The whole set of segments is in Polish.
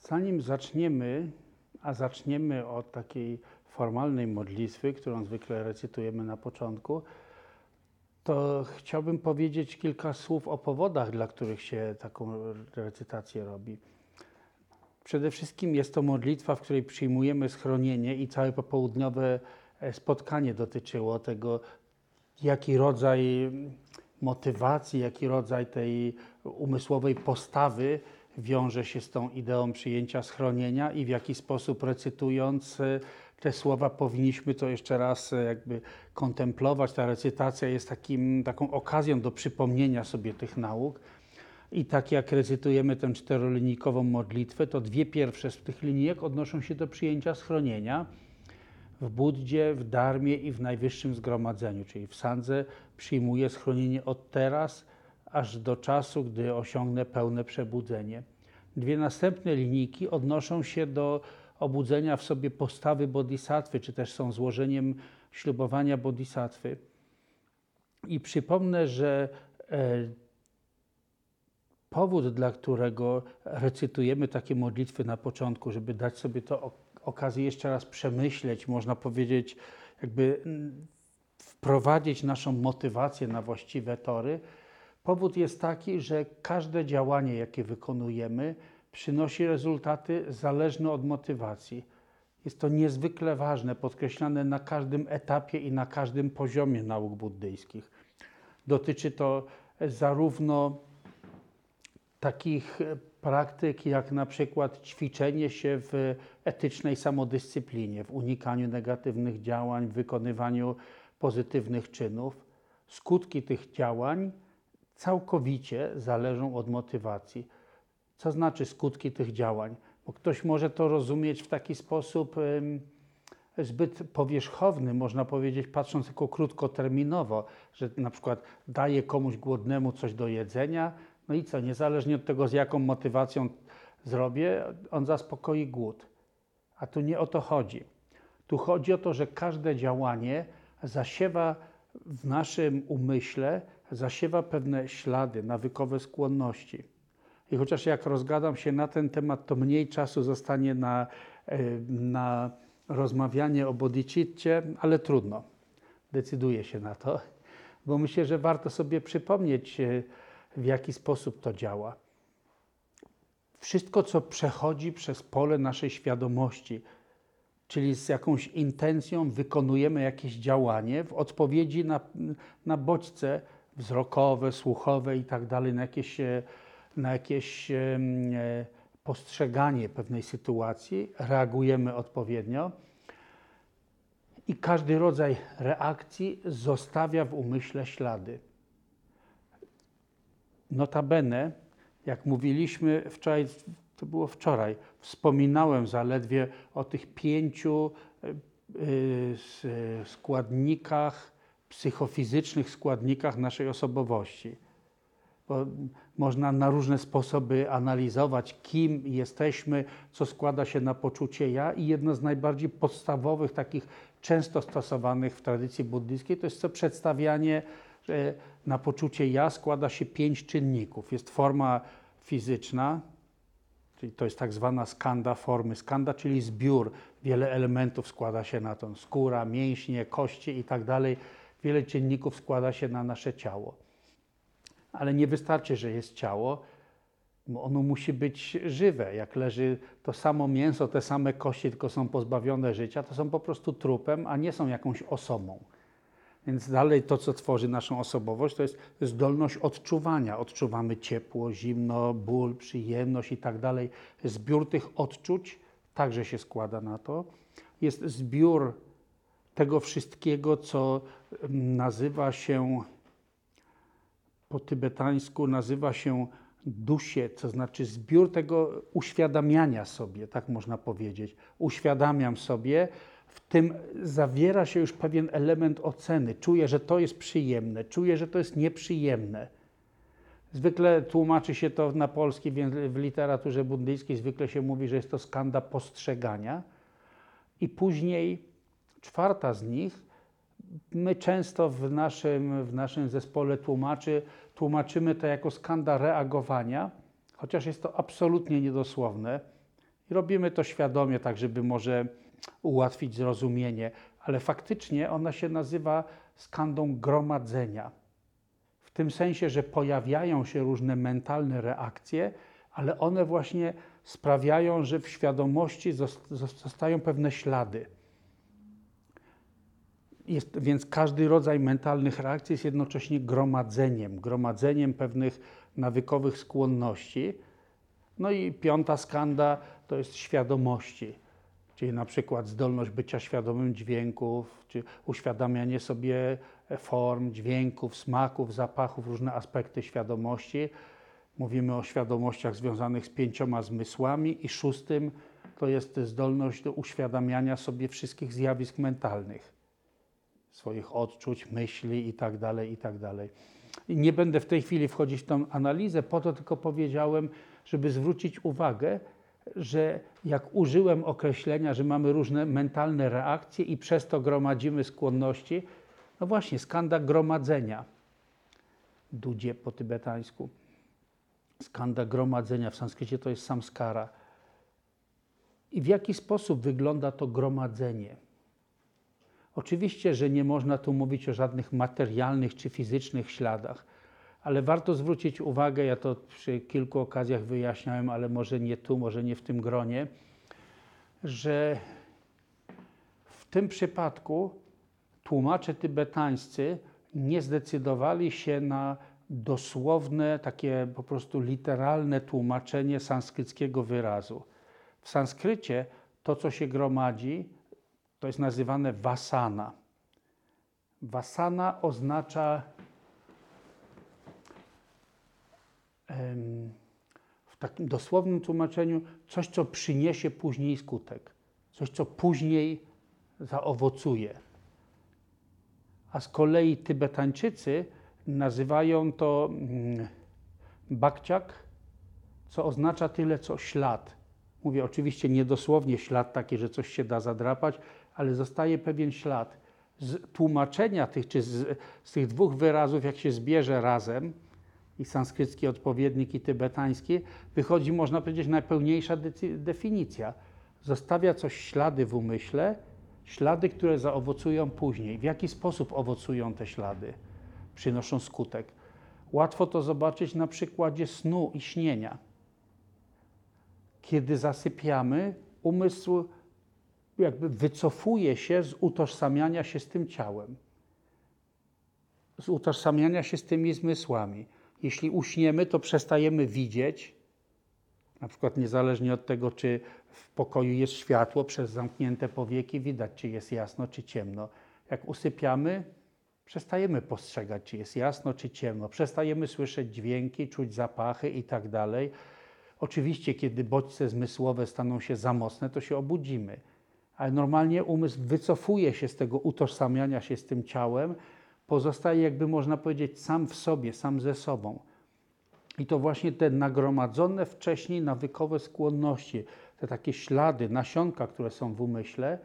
Zanim zaczniemy, a zaczniemy od takiej formalnej modlitwy, którą zwykle recytujemy na początku, to chciałbym powiedzieć kilka słów o powodach, dla których się taką recytację robi. Przede wszystkim jest to modlitwa, w której przyjmujemy schronienie i całe popołudniowe spotkanie dotyczyło tego, jaki rodzaj motywacji, jaki rodzaj tej umysłowej postawy wiąże się z tą ideą przyjęcia schronienia i w jaki sposób recytując te słowa powinniśmy to jeszcze raz jakby kontemplować. Ta recytacja jest taką okazją do przypomnienia sobie tych nauk. I tak jak recytujemy tę czterolinijkową modlitwę, to dwie pierwsze z tych linijek odnoszą się do przyjęcia schronienia w Buddzie, w Dharmie i w Najwyższym Zgromadzeniu, czyli w sandze przyjmuję schronienie od teraz, aż do czasu, gdy osiągnę pełne przebudzenie. Dwie następne linijki odnoszą się do obudzenia w sobie postawy bodhisattwy, czy też są złożeniem ślubowania bodhisattwy. I przypomnę, że powód, dla którego recytujemy takie modlitwy na początku, żeby dać sobie to okazję jeszcze raz przemyśleć, można powiedzieć, jakby wprowadzić naszą motywację na właściwe tory. Powód jest taki, że każde działanie, jakie wykonujemy, przynosi rezultaty zależne od motywacji. Jest to niezwykle ważne, podkreślane na każdym etapie i na każdym poziomie nauk buddyjskich. Dotyczy to zarówno takich praktyk jak na przykład ćwiczenie się w etycznej samodyscyplinie, w unikaniu negatywnych działań, w wykonywaniu pozytywnych czynów. Skutki tych działań całkowicie zależą od motywacji. Co znaczy skutki tych działań? Bo ktoś może to rozumieć w taki sposób zbyt powierzchowny, można powiedzieć, patrząc tylko krótkoterminowo, że na przykład daje komuś głodnemu coś do jedzenia, no i co, niezależnie od tego, z jaką motywacją zrobię, on zaspokoi głód. A tu nie o to chodzi. Tu chodzi o to, że każde działanie zasiewa w naszym umyśle, zasiewa pewne ślady, nawykowe skłonności. I chociaż jak rozgadam się na ten temat, to mniej czasu zostanie na rozmawianie o bodhicitcie, ale trudno. Decyduję się na to, bo myślę, że warto sobie przypomnieć, w jaki sposób to działa. Wszystko, co przechodzi przez pole naszej świadomości, czyli z jakąś intencją wykonujemy jakieś działanie w odpowiedzi na bodźce wzrokowe, słuchowe i tak dalej, na jakieś postrzeganie pewnej sytuacji, reagujemy odpowiednio i każdy rodzaj reakcji zostawia w umyśle ślady. Notabene, jak mówiliśmy wczoraj, to było wczoraj, wspominałem zaledwie o tych 5 składnikach, psychofizycznych składnikach naszej osobowości. Bo można na różne sposoby analizować, kim jesteśmy, co składa się na poczucie ja i jedno z najbardziej podstawowych, takich często stosowanych w tradycji buddyjskiej, to jest to przedstawianie, że na poczucie ja składa się 5 czynników. Jest forma fizyczna, czyli to jest tak zwana skanda formy. Skanda, czyli zbiór. Wiele elementów składa się na to. Skóra, mięśnie, kości i tak dalej. Wiele czynników składa się na nasze ciało. Ale nie wystarczy, że jest ciało, bo ono musi być żywe. Jak leży to samo mięso, te same kości, tylko są pozbawione życia, to są po prostu trupem, a nie są jakąś osobą. Więc dalej to, co tworzy naszą osobowość, to jest zdolność odczuwania. Odczuwamy ciepło, zimno, ból, przyjemność i tak dalej. Zbiór tych odczuć także się składa na to. Jest zbiór tego wszystkiego, co nazywa się, po tybetańsku nazywa się dusie, to znaczy zbiór tego uświadamiania sobie, tak można powiedzieć. Uświadamiam sobie, w tym zawiera się już pewien element oceny. Czuję, że to jest przyjemne, czuję, że to jest nieprzyjemne. Zwykle tłumaczy się to na polski, w literaturze buddyjskiej zwykle się mówi, że jest to skanda postrzegania. I później 4. z nich, my często w naszym zespole tłumaczymy to jako skanda reagowania, chociaż jest to absolutnie niedosłowne. I robimy to świadomie, tak żeby może ułatwić zrozumienie, ale faktycznie ona się nazywa skandą gromadzenia. W tym sensie, że pojawiają się różne mentalne reakcje, ale one właśnie sprawiają, że w świadomości zostają pewne ślady. Więc każdy rodzaj mentalnych reakcji jest jednocześnie gromadzeniem pewnych nawykowych skłonności. No i piąta skanda to jest świadomości, czyli na przykład zdolność bycia świadomym dźwięków, czy uświadamianie sobie form, dźwięków, smaków, zapachów, różne aspekty świadomości. Mówimy o świadomościach związanych z 5 zmysłami i 6 to jest zdolność do uświadamiania sobie wszystkich zjawisk mentalnych, swoich odczuć, myśli itd., itd. I nie będę w tej chwili wchodzić w tą analizę, po to tylko powiedziałem, żeby zwrócić uwagę, że jak użyłem określenia, że mamy różne mentalne reakcje i przez to gromadzimy skłonności, no właśnie, skanda gromadzenia, dudzie po tybetańsku, skanda gromadzenia, w sanskrycie to jest samskara. I w jaki sposób wygląda to gromadzenie? Oczywiście, że nie można tu mówić o żadnych materialnych czy fizycznych śladach, ale warto zwrócić uwagę, ja to przy kilku okazjach wyjaśniałem, ale może nie tu, może nie w tym gronie, że w tym przypadku tłumacze tybetańscy nie zdecydowali się na dosłowne, takie po prostu literalne tłumaczenie sanskryckiego wyrazu. W sanskrycie to, co się gromadzi, to jest nazywane vasana. Vasana oznacza w takim dosłownym tłumaczeniu coś, co przyniesie później skutek, coś, co później zaowocuje. A z kolei Tybetańczycy nazywają to bakciak, co oznacza tyle, co ślad. Mówię oczywiście niedosłownie ślad taki, że coś się da zadrapać, ale zostaje pewien ślad. Z tłumaczenia tych, czy z tych dwóch wyrazów, jak się zbierze razem, i sanskrycki odpowiednik, i tybetański, wychodzi, można powiedzieć, najpełniejsza definicja. Zostawia coś ślady w umyśle, ślady, które zaowocują później. W jaki sposób owocują te ślady? Przynoszą skutek. Łatwo to zobaczyć na przykładzie snu i śnienia. Kiedy zasypiamy, umysł jakby wycofuje się z utożsamiania się z tym ciałem, z utożsamiania się z tymi zmysłami. Jeśli uśniemy, to przestajemy widzieć, na przykład niezależnie od tego, czy w pokoju jest światło, przez zamknięte powieki widać, czy jest jasno, czy ciemno. Jak usypiamy, przestajemy postrzegać, czy jest jasno, czy ciemno. Przestajemy słyszeć dźwięki, czuć zapachy i tak dalej. Oczywiście, kiedy bodźce zmysłowe staną się za mocne, to się obudzimy. Ale normalnie umysł wycofuje się z tego utożsamiania się z tym ciałem, pozostaje, jakby można powiedzieć, sam w sobie, sam ze sobą. I to właśnie te nagromadzone wcześniej nawykowe skłonności, te takie ślady, nasionka, które są w umyśle,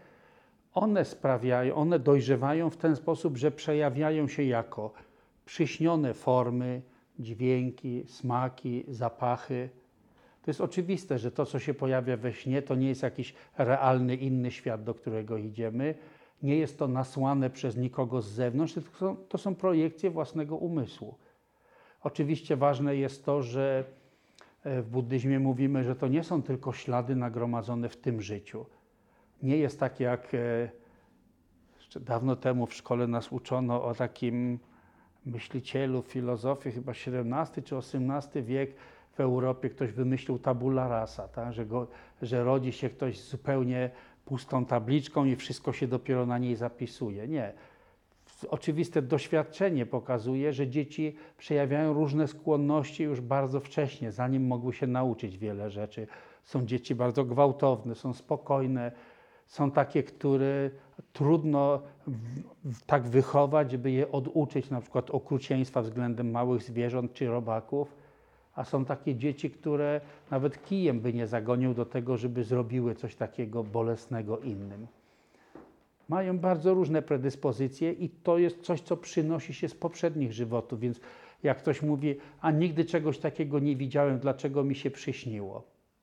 one dojrzewają w ten sposób, że przejawiają się jako przyśnione formy, dźwięki, smaki, zapachy. To jest oczywiste, że to, co się pojawia we śnie, to nie jest jakiś realny, inny świat, do którego idziemy. Nie jest to nasłane przez nikogo z zewnątrz, tylko to są projekcje własnego umysłu. Oczywiście ważne jest to, że w buddyzmie mówimy, że to nie są tylko ślady nagromadzone w tym życiu. Nie jest tak, jak jeszcze dawno temu w szkole nas uczono o takim myślicielu, filozofie, chyba XVII czy XVIII wiek w Europie ktoś wymyślił tabula rasa, tak? Że rodzi się ktoś z zupełnie pustą tabliczką i wszystko się dopiero na niej zapisuje. Nie. Oczywiste doświadczenie pokazuje, że dzieci przejawiają różne skłonności już bardzo wcześnie, zanim mogły się nauczyć wiele rzeczy. Są dzieci bardzo gwałtowne, są spokojne, są takie, które trudno tak wychować, żeby je oduczyć na przykład okrucieństwa względem małych zwierząt czy robaków, a są takie dzieci, które nawet kijem by nie zagonił do tego, żeby zrobiły coś takiego bolesnego innym. Mają bardzo różne predyspozycje i to jest coś, co przynosi się z poprzednich żywotów, więc jak ktoś mówi, a nigdy czegoś takiego nie widziałem, dlaczego mi się przyśniło?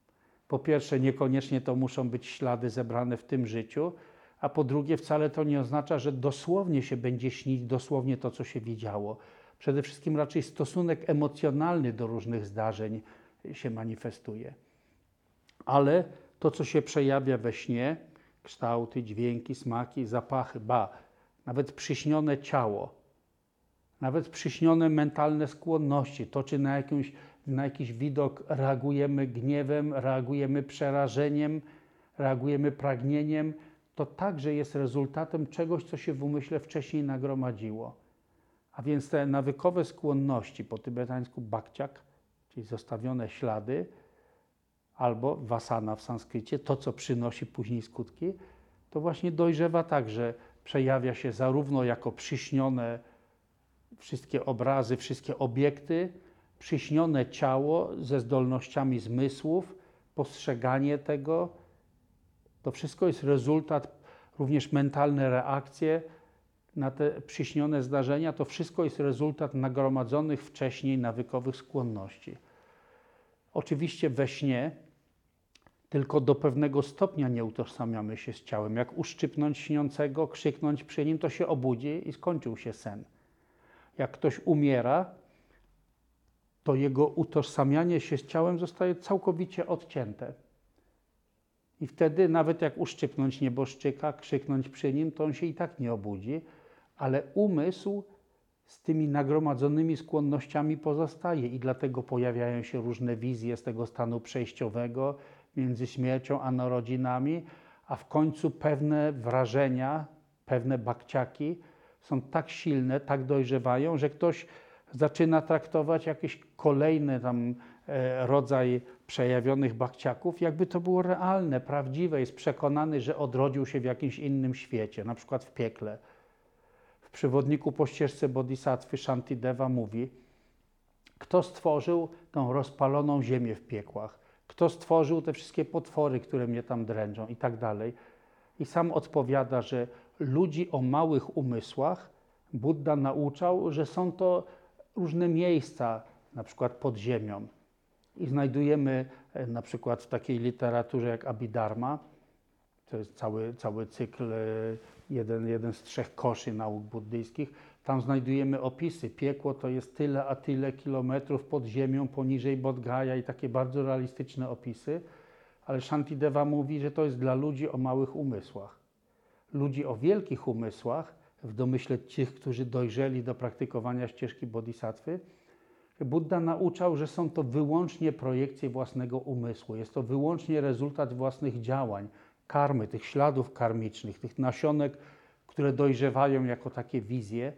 Po pierwsze, niekoniecznie to muszą być ślady zebrane w tym życiu, a po drugie, wcale to nie oznacza, że dosłownie się będzie śnić dosłownie to, co się widziało. Przede wszystkim raczej stosunek emocjonalny do różnych zdarzeń się manifestuje. Ale to, co się przejawia we śnie, kształty, dźwięki, smaki, zapachy, nawet przyśnione ciało, nawet przyśnione mentalne skłonności, to czy na jakiś widok reagujemy gniewem, reagujemy przerażeniem, reagujemy pragnieniem, to także jest rezultatem czegoś, co się w umyśle wcześniej nagromadziło. A więc te nawykowe skłonności, po tybetańsku bakciak, czyli zostawione ślady, albo vasana w sanskrycie, to co przynosi później skutki, to właśnie dojrzewa tak, że przejawia się zarówno jako przyśnione wszystkie obrazy, wszystkie obiekty, przyśnione ciało ze zdolnościami zmysłów, postrzeganie tego. To wszystko jest rezultat, również mentalne reakcje na te przyśnione zdarzenia, to wszystko jest rezultat nagromadzonych wcześniej nawykowych skłonności. Oczywiście we śnie tylko do pewnego stopnia nie utożsamiamy się z ciałem. Jak uszczypnąć śniącego, krzyknąć przy nim, to się obudzi i skończył się sen. Jak ktoś umiera, to jego utożsamianie się z ciałem zostaje całkowicie odcięte. I wtedy nawet jak uszczypnąć nieboszczyka, krzyknąć przy nim, to on się i tak nie obudzi, ale umysł z tymi nagromadzonymi skłonnościami pozostaje i dlatego pojawiają się różne wizje z tego stanu przejściowego między śmiercią a narodzinami, a w końcu pewne wrażenia, pewne bakciaki są tak silne, tak dojrzewają, że ktoś zaczyna traktować jakiś kolejny rodzaj przejawionych bakciaków, jakby to było realne, prawdziwe, jest przekonany, że odrodził się w jakimś innym świecie, na przykład w piekle. W przewodniku po ścieżce Bodhisattwy Shantideva mówi, kto stworzył tą rozpaloną ziemię w piekłach, kto stworzył te wszystkie potwory, które mnie tam dręczą i tak dalej. I sam odpowiada, że ludzi o małych umysłach Buddha nauczał, że są to różne miejsca, na przykład pod ziemią. I znajdujemy na przykład w takiej literaturze jak Abhidharma, to jest cały cykl, jeden z 3 koszy nauk buddyjskich, tam znajdujemy opisy. Piekło to jest tyle a tyle kilometrów pod ziemią, poniżej Bodh Gaya i takie bardzo realistyczne opisy. Ale Shantideva mówi, że to jest dla ludzi o małych umysłach. Ludzi o wielkich umysłach, w domyśle tych, którzy dojrzeli do praktykowania ścieżki Bodhisattwy, Buddha nauczał, że są to wyłącznie projekcje własnego umysłu. Jest to wyłącznie rezultat własnych działań, karmy, tych śladów karmicznych, tych nasionek, które dojrzewają jako takie wizje.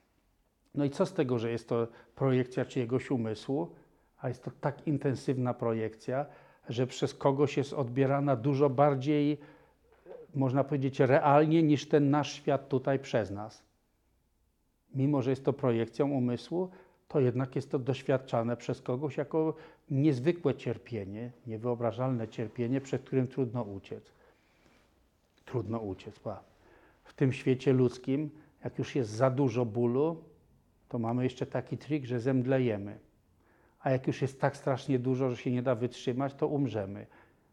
No i co z tego, że jest to projekcja czyjegoś umysłu, a jest to tak intensywna projekcja, że przez kogoś jest odbierana dużo bardziej, można powiedzieć, realnie niż ten nasz świat tutaj przez nas. Mimo że jest to projekcją umysłu, to jednak jest to doświadczane przez kogoś jako niezwykłe cierpienie, niewyobrażalne cierpienie, przed którym trudno uciec. Trudno uciec. W tym świecie ludzkim, jak już jest za dużo bólu, to mamy jeszcze taki trik, że zemdlejemy. A jak już jest tak strasznie dużo, że się nie da wytrzymać, to umrzemy.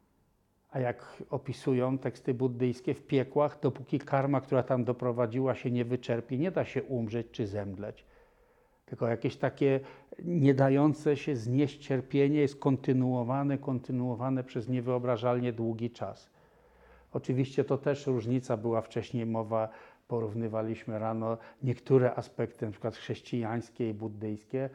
A jak opisują teksty buddyjskie, w piekłach, dopóki karma, która tam doprowadziła, się nie wyczerpie, nie da się umrzeć czy zemdleć. Tylko jakieś takie nie dające się znieść cierpienie jest kontynuowane przez niewyobrażalnie długi czas. Oczywiście to też różnica była, wcześniej mowa, porównywaliśmy rano niektóre aspekty, na przykład chrześcijańskie i buddyjskie.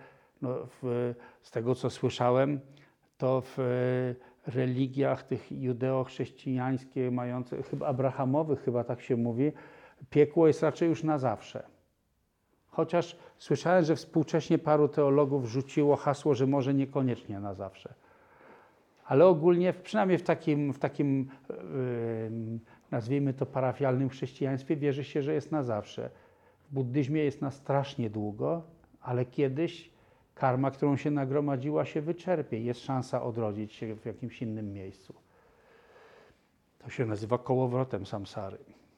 Z tego co słyszałem, to w religiach tych judeo-chrześcijańskich, mających, chyba abrahamowych, chyba tak się mówi, piekło jest raczej już na zawsze. Chociaż słyszałem, że współcześnie paru teologów rzuciło hasło, że może niekoniecznie na zawsze. Ale ogólnie, przynajmniej w takim nazwijmy to parafialnym chrześcijaństwie, wierzy się, że jest na zawsze. W buddyzmie jest na strasznie długo, ale kiedyś karma, którą się nagromadziła, się wyczerpie. Jest szansa odrodzić się w jakimś innym miejscu. To się nazywa kołowrotem samsary.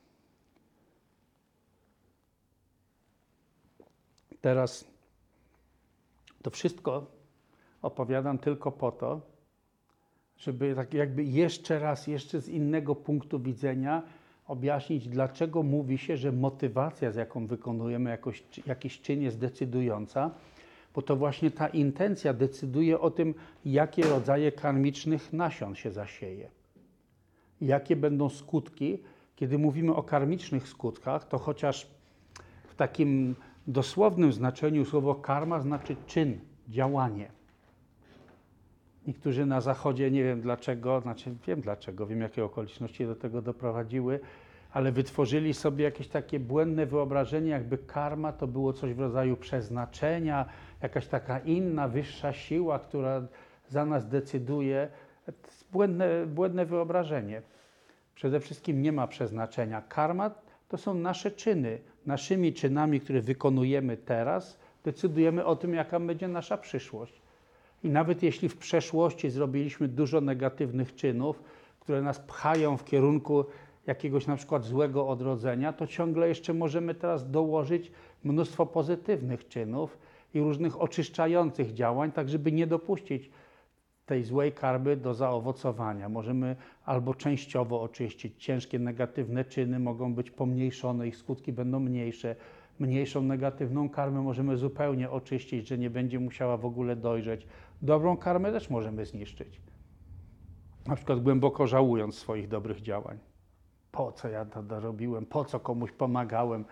Teraz to wszystko opowiadam tylko po to, żeby tak jakby jeszcze raz, jeszcze z innego punktu widzenia objaśnić, dlaczego mówi się, że motywacja, z jaką wykonujemy jakiś czyn, jest decydująca, bo to właśnie ta intencja decyduje o tym, jakie rodzaje karmicznych nasion się zasieje. Jakie będą skutki. Kiedy mówimy o karmicznych skutkach, to chociaż w takim dosłownym znaczeniu słowo karma znaczy czyn, działanie. Niektórzy na Zachodzie, nie wiem dlaczego, wiem dlaczego, wiem jakie okoliczności do tego doprowadziły, ale wytworzyli sobie jakieś takie błędne wyobrażenie, jakby karma to było coś w rodzaju przeznaczenia, jakaś taka inna, wyższa siła, która za nas decyduje. To jest błędne wyobrażenie. Przede wszystkim nie ma przeznaczenia. Karma to są nasze czyny. Naszymi czynami, które wykonujemy teraz, decydujemy o tym, jaka będzie nasza przyszłość. I nawet jeśli w przeszłości zrobiliśmy dużo negatywnych czynów, które nas pchają w kierunku jakiegoś na przykład złego odrodzenia, to ciągle jeszcze możemy teraz dołożyć mnóstwo pozytywnych czynów i różnych oczyszczających działań, tak żeby nie dopuścić tej złej karmy do zaowocowania. Możemy albo częściowo oczyścić. Ciężkie negatywne czyny mogą być pomniejszone, ich skutki będą mniejsze. Mniejszą negatywną karmę możemy zupełnie oczyścić, że nie będzie musiała w ogóle dojrzeć. Dobrą karmę też możemy zniszczyć. Na przykład głęboko żałując swoich dobrych działań. Po co ja to dorobiłem? Po co komuś pomagałem?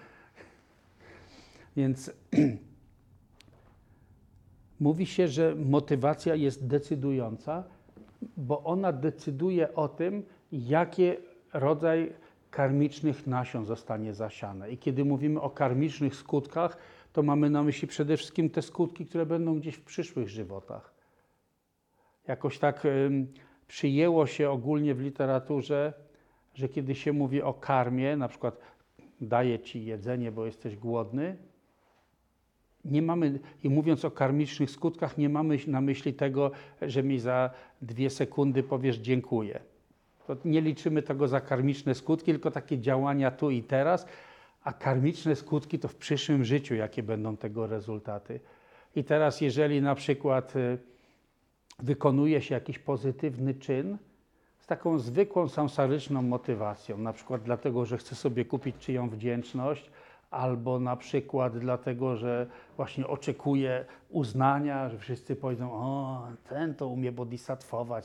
Więc mówi się, że motywacja jest decydująca, bo ona decyduje o tym, jaki rodzaj karmicznych nasion zostanie zasiane. I kiedy mówimy o karmicznych skutkach, to mamy na myśli przede wszystkim te skutki, które będą gdzieś w przyszłych żywotach. Jakoś tak przyjęło się ogólnie w literaturze, że kiedy się mówi o karmie, na przykład daję ci jedzenie, bo jesteś głodny, nie mamy, i mówiąc o karmicznych skutkach, nie mamy na myśli tego, że mi za 2 sekundy powiesz dziękuję. To nie liczymy tego za karmiczne skutki, tylko takie działania tu i teraz, a karmiczne skutki to w przyszłym życiu, jakie będą tego rezultaty. I teraz, jeżeli na przykład wykonuje się jakiś pozytywny czyn z taką zwykłą samsaryczną motywacją, na przykład dlatego, że chce sobie kupić czyją wdzięczność, albo na przykład dlatego, że właśnie oczekuje uznania, że wszyscy powiedzą, o, ten to umie bodhisattwować.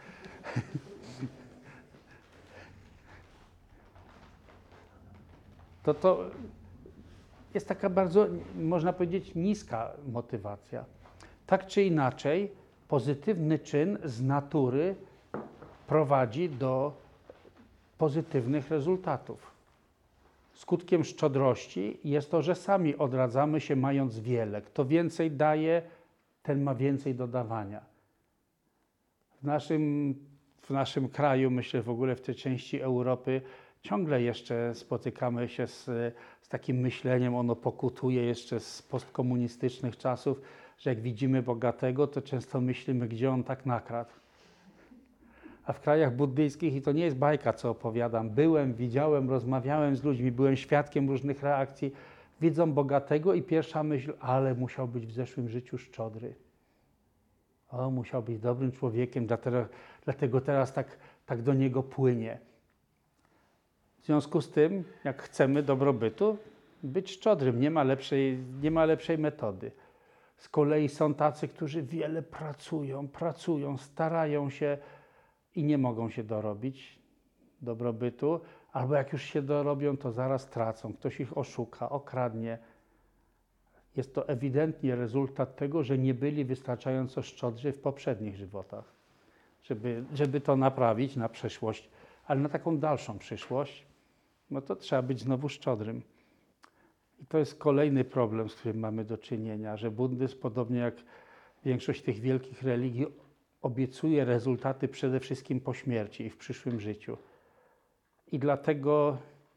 To jest taka bardzo, można powiedzieć, niska motywacja. Tak czy inaczej, pozytywny czyn z natury prowadzi do pozytywnych rezultatów. Skutkiem szczodrości jest to, że sami odradzamy się mając wiele. Kto więcej daje, ten ma więcej do dawania. W naszym kraju, myślę w ogóle w tej części Europy, ciągle jeszcze spotykamy się z takim myśleniem, ono pokutuje jeszcze z postkomunistycznych czasów, że jak widzimy bogatego, to często myślimy, gdzie on tak nakradł. A w krajach buddyjskich, i to nie jest bajka, co opowiadam, byłem, widziałem, rozmawiałem z ludźmi, byłem świadkiem różnych reakcji, widzą bogatego i pierwsza myśl, ale musiał być w zeszłym życiu szczodry. O, musiał być dobrym człowiekiem, dlatego teraz tak do niego płynie. W związku z tym, jak chcemy dobrobytu, być szczodrym, nie ma lepszej metody. Z kolei są tacy, którzy wiele pracują, starają się i nie mogą się dorobić dobrobytu, albo jak już się dorobią, to zaraz tracą. Ktoś ich oszuka, okradnie. Jest to ewidentnie rezultat tego, że nie byli wystarczająco szczodrzy w poprzednich żywotach, żeby to naprawić na przyszłość, ale na taką dalszą przyszłość, no to trzeba być znowu szczodrym. I to jest kolejny problem, z którym mamy do czynienia, że buddyzm, podobnie jak większość tych wielkich religii, obiecuje rezultaty przede wszystkim po śmierci i w przyszłym życiu. I dlatego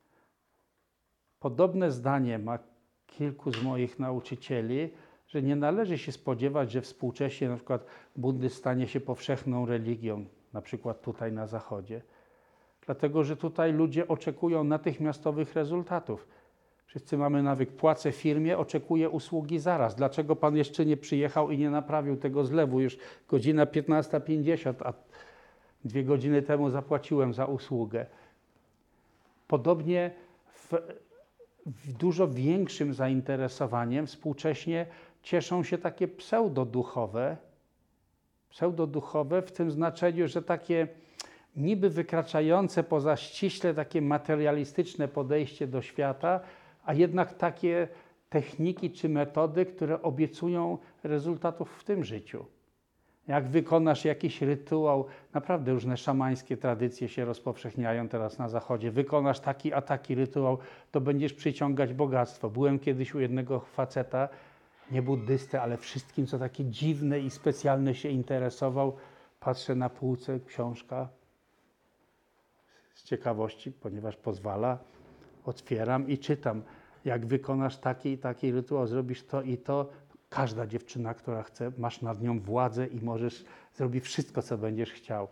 podobne zdanie ma kilku z moich nauczycieli, że nie należy się spodziewać, że współcześnie na przykład buddyzm stanie się powszechną religią, na przykład tutaj na Zachodzie. Dlatego, że tutaj ludzie oczekują natychmiastowych rezultatów. Wszyscy mamy nawyk, płacę firmie, oczekuję usługi zaraz. Dlaczego pan jeszcze nie przyjechał i nie naprawił tego zlewu? Już godzina 15:50, 2 godziny temu zapłaciłem za usługę. Podobnie w dużo większym zainteresowaniem współcześnie cieszą się takie pseudoduchowe w tym znaczeniu, że takie niby wykraczające poza ściśle takie materialistyczne podejście do świata, a jednak takie techniki czy metody, które obiecują rezultatów w tym życiu. Jak wykonasz jakiś rytuał, naprawdę różne szamańskie tradycje się rozpowszechniają teraz na Zachodzie. Wykonasz taki a taki rytuał, to będziesz przyciągać bogactwo. Byłem kiedyś u jednego faceta, nie buddysty, ale wszystkim, co takie dziwne i specjalne się interesował. Patrzę na półce, książka. Z ciekawości, ponieważ pozwala, otwieram i czytam. Jak wykonasz taki i taki rytuał, zrobisz to i to, każda dziewczyna, która chce, masz nad nią władzę i możesz zrobić wszystko, co będziesz chciał.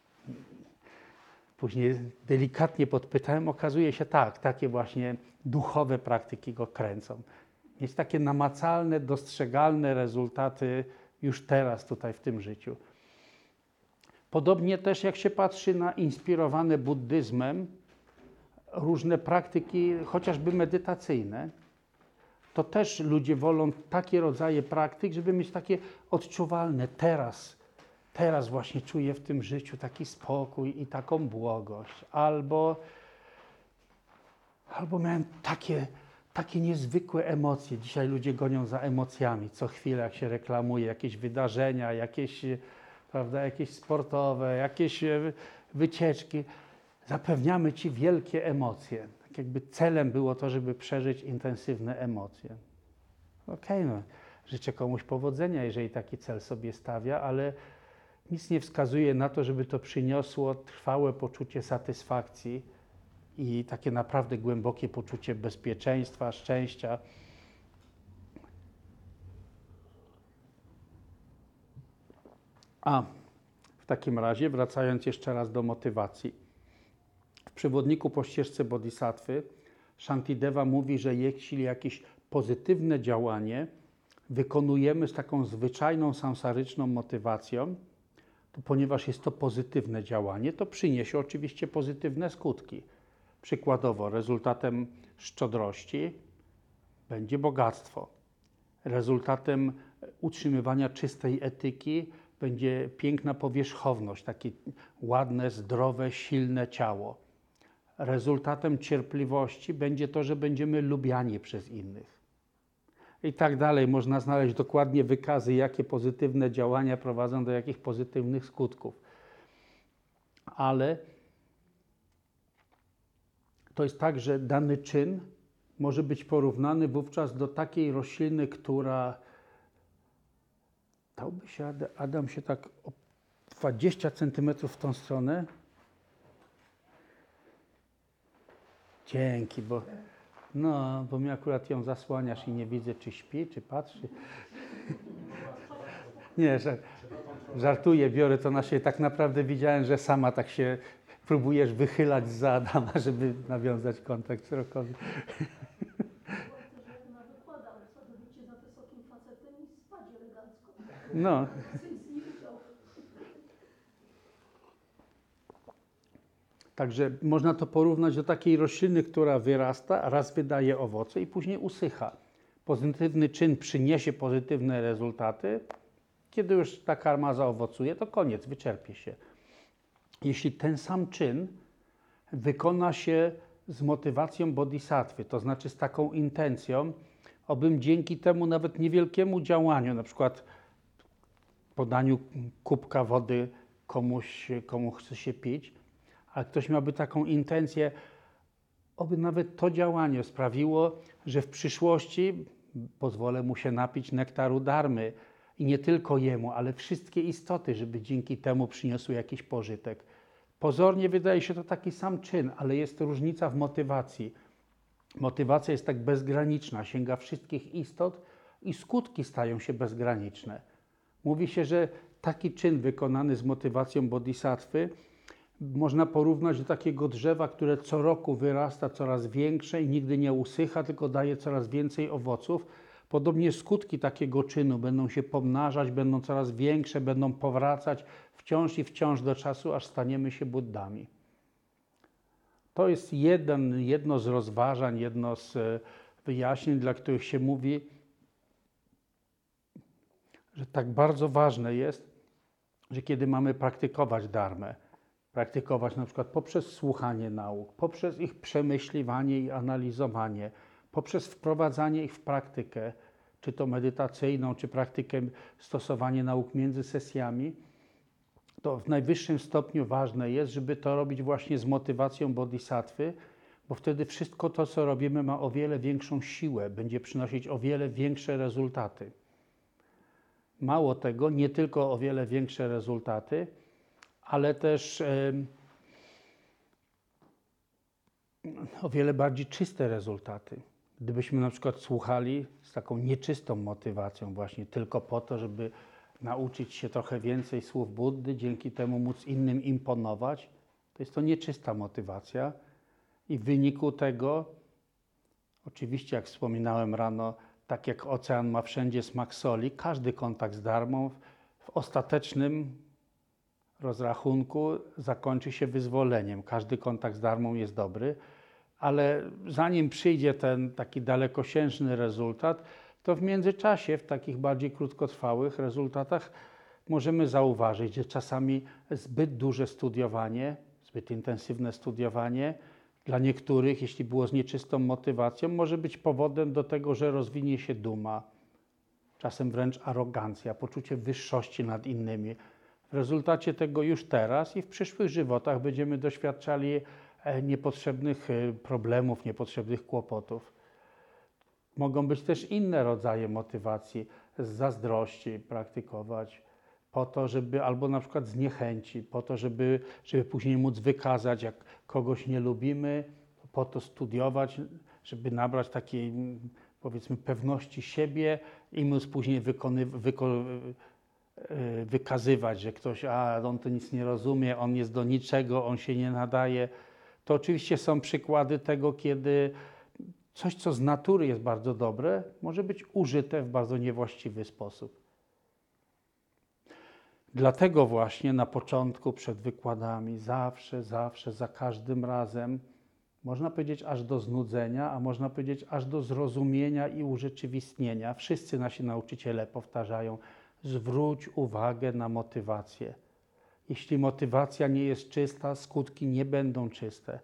Później delikatnie podpytałem, okazuje się tak, takie właśnie duchowe praktyki go kręcą. Mieć takie namacalne, dostrzegalne rezultaty już teraz tutaj w tym życiu. Podobnie też jak się patrzy na inspirowane buddyzmem różne praktyki, chociażby medytacyjne, to też ludzie wolą takie rodzaje praktyk, żeby mieć takie odczuwalne teraz właśnie czuję w tym życiu taki spokój i taką błogość. Albo miałem takie niezwykłe emocje. Dzisiaj ludzie gonią za emocjami. Co chwilę, jak się reklamuje jakieś wydarzenia, jakieś sportowe, jakieś wycieczki. Zapewniamy Ci wielkie emocje. Tak jakby celem było to, żeby przeżyć intensywne emocje. Okej, życzę komuś powodzenia, jeżeli taki cel sobie stawia, ale nic nie wskazuje na to, żeby to przyniosło trwałe poczucie satysfakcji i takie naprawdę głębokie poczucie bezpieczeństwa, szczęścia. A w takim razie, wracając jeszcze raz do motywacji. W przewodniku po ścieżce Bodhisattwy Shantideva mówi, że jeśli jakieś pozytywne działanie wykonujemy z taką zwyczajną samsaryczną motywacją, to ponieważ jest to pozytywne działanie, to przyniesie oczywiście pozytywne skutki. Przykładowo, rezultatem szczodrości będzie bogactwo. Rezultatem utrzymywania czystej etyki będzie piękna powierzchowność, takie ładne, zdrowe, silne ciało. Rezultatem cierpliwości będzie to, że będziemy lubiani przez innych. I tak dalej. Można znaleźć dokładnie wykazy, jakie pozytywne działania prowadzą do jakich pozytywnych skutków. Ale to jest tak, że dany czyn może być porównany wówczas do takiej rośliny, która dałby się, Adam się tak o 20 centymetrów w tą stronę. Dzięki, bo mi akurat ją zasłaniasz i nie widzę, czy śpi, czy patrzy. Nie, żartuję, biorę to na siebie. Tak naprawdę widziałem, że sama tak się próbujesz wychylać za Adama, żeby nawiązać kontakt wzrokowy. No. Także można to porównać do takiej rośliny, która wyrasta, raz wydaje owoce i później usycha. Pozytywny czyn przyniesie pozytywne rezultaty. Kiedy już ta karma zaowocuje, to koniec, wyczerpie się. Jeśli ten sam czyn wykona się z motywacją bodhisattwy, to znaczy z taką intencją, abym dzięki temu nawet niewielkiemu działaniu, na przykład podaniu kubka wody komu chce się pić, a ktoś miałby taką intencję, aby nawet to działanie sprawiło, że w przyszłości pozwolę mu się napić nektaru dharmy i nie tylko jemu, ale wszystkie istoty, żeby dzięki temu przyniosły jakiś pożytek. Pozornie wydaje się to taki sam czyn, ale jest różnica w motywacji. Motywacja jest tak bezgraniczna, sięga wszystkich istot i skutki stają się bezgraniczne. Mówi się, że taki czyn wykonany z motywacją bodhisattwy można porównać do takiego drzewa, które co roku wyrasta coraz większe i nigdy nie usycha, tylko daje coraz więcej owoców, Podobnie skutki takiego czynu będą się pomnażać, będą coraz większe, będą powracać wciąż i wciąż do czasu, aż staniemy się Buddami. To jest jedno z rozważań, jedno z wyjaśnień, dla których się mówi, że tak bardzo ważne jest, że kiedy mamy praktykować dharmę, praktykować na przykład poprzez słuchanie nauk, poprzez ich przemyśliwanie i analizowanie, poprzez wprowadzanie ich w praktykę, czy to medytacyjną, czy praktykę stosowanie nauk między sesjami, to w najwyższym stopniu ważne jest, żeby to robić właśnie z motywacją bodhisattwy, bo wtedy wszystko to, co robimy, ma o wiele większą siłę, będzie przynosić o wiele większe rezultaty. Mało tego, nie tylko o wiele większe rezultaty, ale też o wiele bardziej czyste rezultaty. Gdybyśmy na przykład słuchali z taką nieczystą motywacją właśnie tylko po to, żeby nauczyć się trochę więcej słów Buddy, dzięki temu móc innym imponować, to jest to nieczysta motywacja i w wyniku tego, oczywiście jak wspominałem rano, tak jak ocean ma wszędzie smak soli, każdy kontakt z dharmą w ostatecznym rozrachunku zakończy się wyzwoleniem. Każdy kontakt z dharmą jest dobry, ale zanim przyjdzie ten taki dalekosiężny rezultat, to w międzyczasie, w takich bardziej krótkotrwałych rezultatach możemy zauważyć, że czasami zbyt duże studiowanie, zbyt intensywne studiowanie dla niektórych, jeśli było z nieczystą motywacją, może być powodem do tego, że rozwinie się duma, czasem wręcz arogancja, poczucie wyższości nad innymi. W rezultacie tego już teraz i w przyszłych żywotach będziemy doświadczali niepotrzebnych problemów, niepotrzebnych kłopotów. Mogą być też inne rodzaje motywacji, z zazdrości praktykować, po to, żeby, albo na przykład z niechęci, po to, żeby później móc wykazać, jak kogoś nie lubimy, po to studiować, żeby nabrać takiej, powiedzmy, pewności siebie i móc później wykazywać, że ktoś, on to nic nie rozumie, on jest do niczego, on się nie nadaje. To oczywiście są przykłady tego, kiedy coś, co z natury jest bardzo dobre, może być użyte w bardzo niewłaściwy sposób. Dlatego właśnie na początku, przed wykładami, zawsze, za każdym razem, można powiedzieć aż do znudzenia, a można powiedzieć aż do zrozumienia i urzeczywistnienia. Wszyscy nasi nauczyciele powtarzają, zwróć uwagę na motywację. Jeśli motywacja nie jest czysta, skutki nie będą czyste.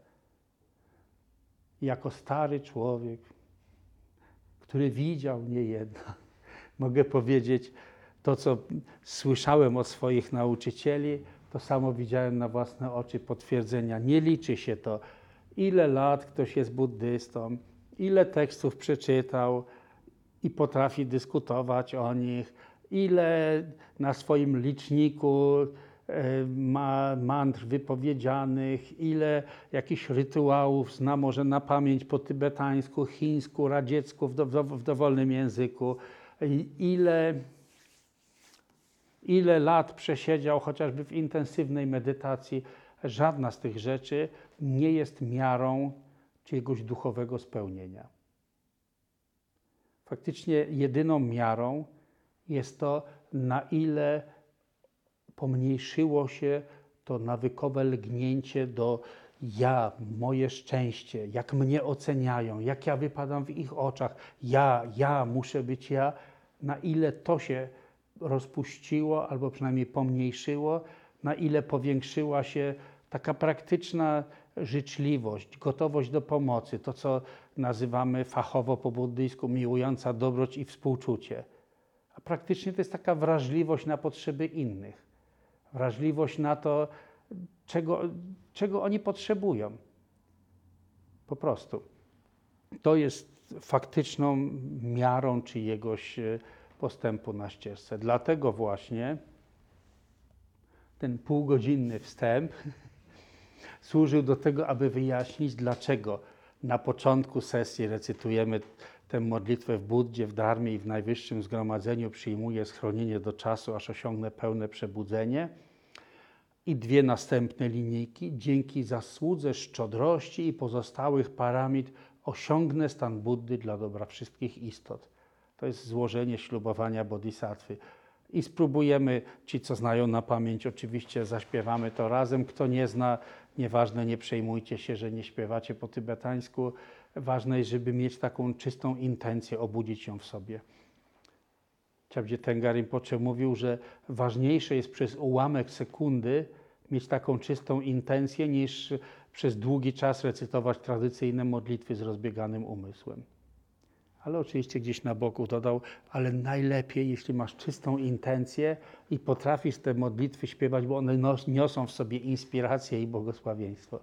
Jako stary człowiek, który widział niejedno, mogę powiedzieć, to, co słyszałem od swoich nauczycieli, to samo widziałem na własne oczy potwierdzenia. Nie liczy się to, ile lat ktoś jest buddystą, ile tekstów przeczytał i potrafi dyskutować o nich, ile na swoim liczniku ma mantr wypowiedzianych, ile jakichś rytuałów zna może na pamięć po tybetańsku, chińsku, radziecku, w dowolnym języku, ile lat przesiedział chociażby w intensywnej medytacji. Żadna z tych rzeczy nie jest miarą czyjegoś duchowego spełnienia. Faktycznie jedyną miarą jest to, na ile pomniejszyło się to nawykowe lgnięcie do ja, moje szczęście, jak mnie oceniają, jak ja wypadam w ich oczach, ja, muszę być ja, na ile to się rozpuściło albo przynajmniej pomniejszyło, na ile powiększyła się taka praktyczna życzliwość, gotowość do pomocy, to co nazywamy fachowo po buddyjsku miłująca dobroć i współczucie. A praktycznie to jest taka wrażliwość na potrzeby innych, wrażliwość na to, czego oni potrzebują. Po prostu. To jest faktyczną miarą czyjegoś postępu na ścieżce. Dlatego właśnie ten półgodzinny wstęp służył do tego, aby wyjaśnić, dlaczego na początku sesji recytujemy tę modlitwę w Buddzie, w Dharmie i w Najwyższym Zgromadzeniu przyjmuję schronienie do czasu, aż osiągnę pełne przebudzenie. I dwie następne linijki. Dzięki zasłudze szczodrości i pozostałych paramit osiągnę stan Buddy dla dobra wszystkich istot. To jest złożenie ślubowania bodhisattwy. I spróbujemy, ci co znają na pamięć, oczywiście zaśpiewamy to razem. Kto nie zna, nieważne, nie przejmujcie się, że nie śpiewacie po tybetańsku. Ważne jest, żeby mieć taką czystą intencję, obudzić ją w sobie. Chögyam Tengar Rinpoche mówił, że ważniejsze jest przez ułamek sekundy mieć taką czystą intencję, niż przez długi czas recytować tradycyjne modlitwy z rozbieganym umysłem. Ale oczywiście gdzieś na boku dodał, ale najlepiej, jeśli masz czystą intencję i potrafisz te modlitwy śpiewać, bo one niosą w sobie inspirację i błogosławieństwo.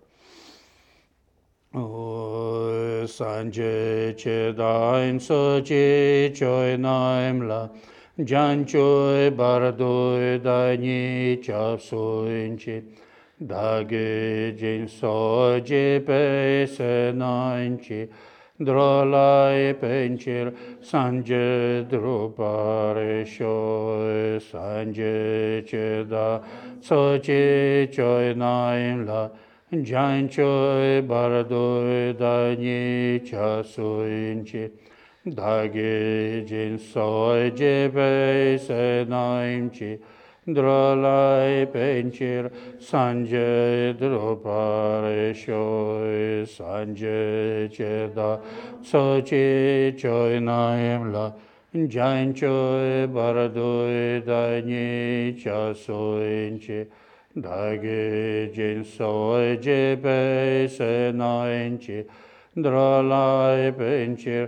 Sanje chedain sochi choi naim la janchoi bardoi dani chapsuinchi dagi jin soji pe se nainchi drolai penchir sanje drupare shoi sanje cheda sochi choi naim la janchoi bardoi dani chapsuinchi dagi jin soji pe se nainchi drolai penchir sanje drupare shoi sanje cheda sochi choi naim la janchoi bardoi dani chapsuinchi dagi jin soji pe se nainchi drolai penchir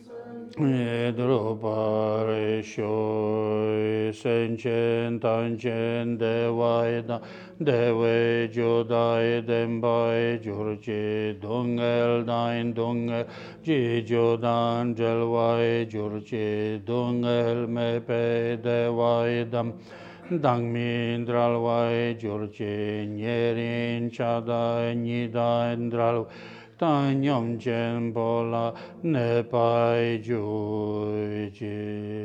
drupare shoi senchen tanchen devai da dewe jodai dembai jurji dungel dain dungel ji jodan jelwai jurji dungel mepe devai dam dangmin dralwai jurji nyerin chadai nidai dral Tanyam chen bola ne pai juji.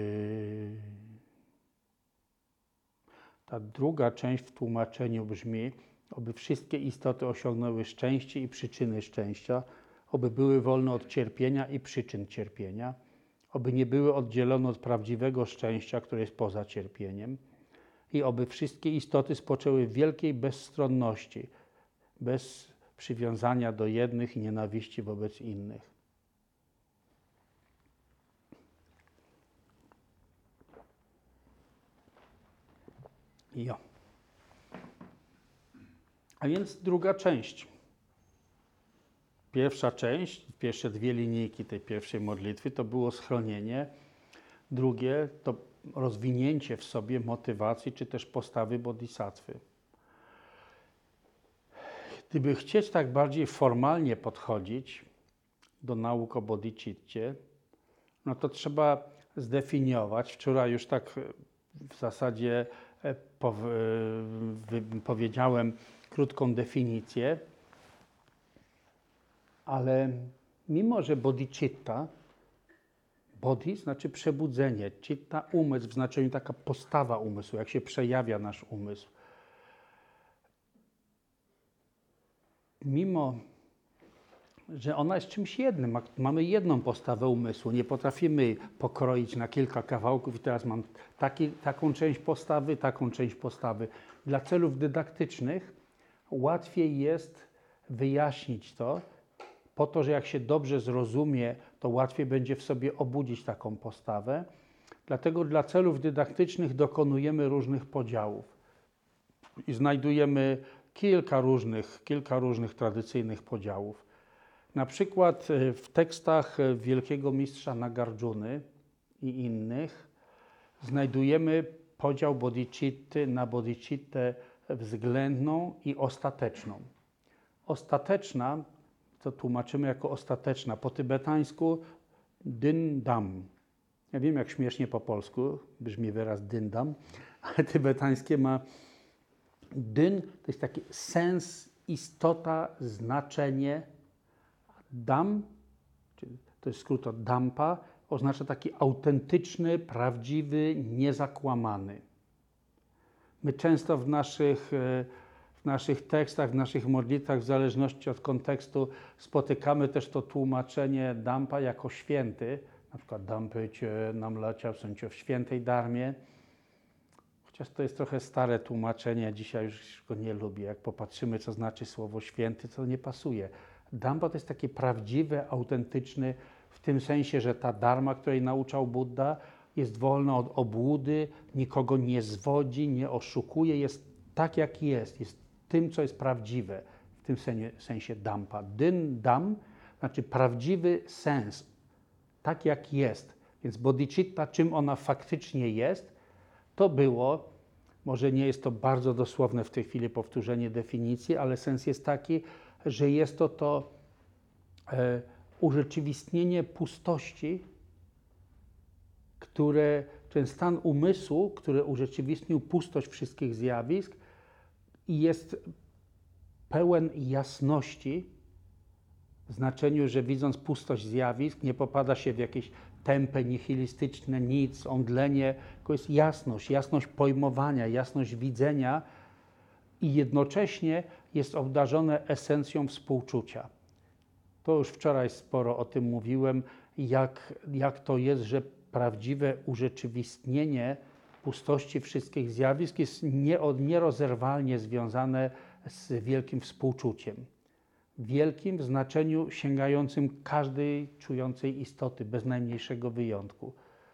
Ta druga część w tłumaczeniu brzmi, oby wszystkie istoty osiągnęły szczęście i przyczyny szczęścia, oby były wolne od cierpienia i przyczyn cierpienia, oby nie były oddzielone od prawdziwego szczęścia, które jest poza cierpieniem i oby wszystkie istoty spoczęły w wielkiej bezstronności, bez przywiązania do jednych i nienawiści wobec innych. Jo. A więc druga część. Pierwsza część, pierwsze dwie linijki tej pierwszej modlitwy to było schronienie. Drugie to rozwinięcie w sobie motywacji czy też postawy bodhisattwy. Gdyby chcieć tak bardziej formalnie podchodzić do nauk o bodhicitcie, no to trzeba zdefiniować, wczoraj już tak w zasadzie powiedziałem krótką definicję, ale mimo że bodhicitta, bodhi znaczy przebudzenie, citta umysł w znaczeniu taka postawa umysłu, jak się przejawia nasz umysł. Mimo że ona jest czymś jednym, mamy jedną postawę umysłu, nie potrafimy pokroić na kilka kawałków i teraz mam taką część postawy. Dla celów dydaktycznych łatwiej jest wyjaśnić to, po to, że jak się dobrze zrozumie, to łatwiej będzie w sobie obudzić taką postawę. Dlatego dla celów dydaktycznych dokonujemy różnych podziałów i znajdujemy kilka różnych tradycyjnych podziałów. Na przykład w tekstach wielkiego mistrza Nagarjuny i innych znajdujemy podział bodhicitty na bodhicittę względną i ostateczną. Ostateczna, to tłumaczymy jako ostateczna, po tybetańsku dyn-dam. Ja wiem, jak śmiesznie po polsku brzmi wyraz dyn-dam, ale tybetańskie ma dyn, to jest taki sens, istota, znaczenie. Dam, czyli to jest skrót od dampa, oznacza taki autentyczny, prawdziwy, niezakłamany. My często w naszych tekstach, w naszych modlitwach, w zależności od kontekstu, spotykamy też to tłumaczenie dampa jako święty. na przykład Dampyć nam leciał, w sensie w świętej darmie. Chociaż to jest trochę stare tłumaczenie, dzisiaj już go nie lubię. Jak popatrzymy, co znaczy słowo święty, to nie pasuje. Dhamma to jest takie prawdziwe, autentyczne, w tym sensie, że ta dharma, której nauczał Buddha, jest wolna od obłudy, nikogo nie zwodzi, nie oszukuje, jest tak, jak jest tym, co jest prawdziwe, w tym sensie Dhamma. Din Dham znaczy prawdziwy sens, tak jak jest. Więc bodhicitta, czym ona faktycznie jest, to było, może nie jest to bardzo dosłowne w tej chwili powtórzenie definicji, ale sens jest taki, że jest to urzeczywistnienie pustości, ten stan umysłu, który urzeczywistnił pustość wszystkich zjawisk i jest pełen jasności, w znaczeniu, że widząc pustość zjawisk, nie popada się w jakieś tępe, nihilistyczne nic, omdlenie, tylko jest jasność pojmowania, jasność widzenia i jednocześnie jest obdarzone esencją współczucia. To już wczoraj sporo o tym mówiłem, jak to jest, że prawdziwe urzeczywistnienie pustości wszystkich zjawisk jest nierozerwalnie związane z wielkim współczuciem. Wielkim w znaczeniu sięgającym każdej czującej istoty, bez najmniejszego wyjątku.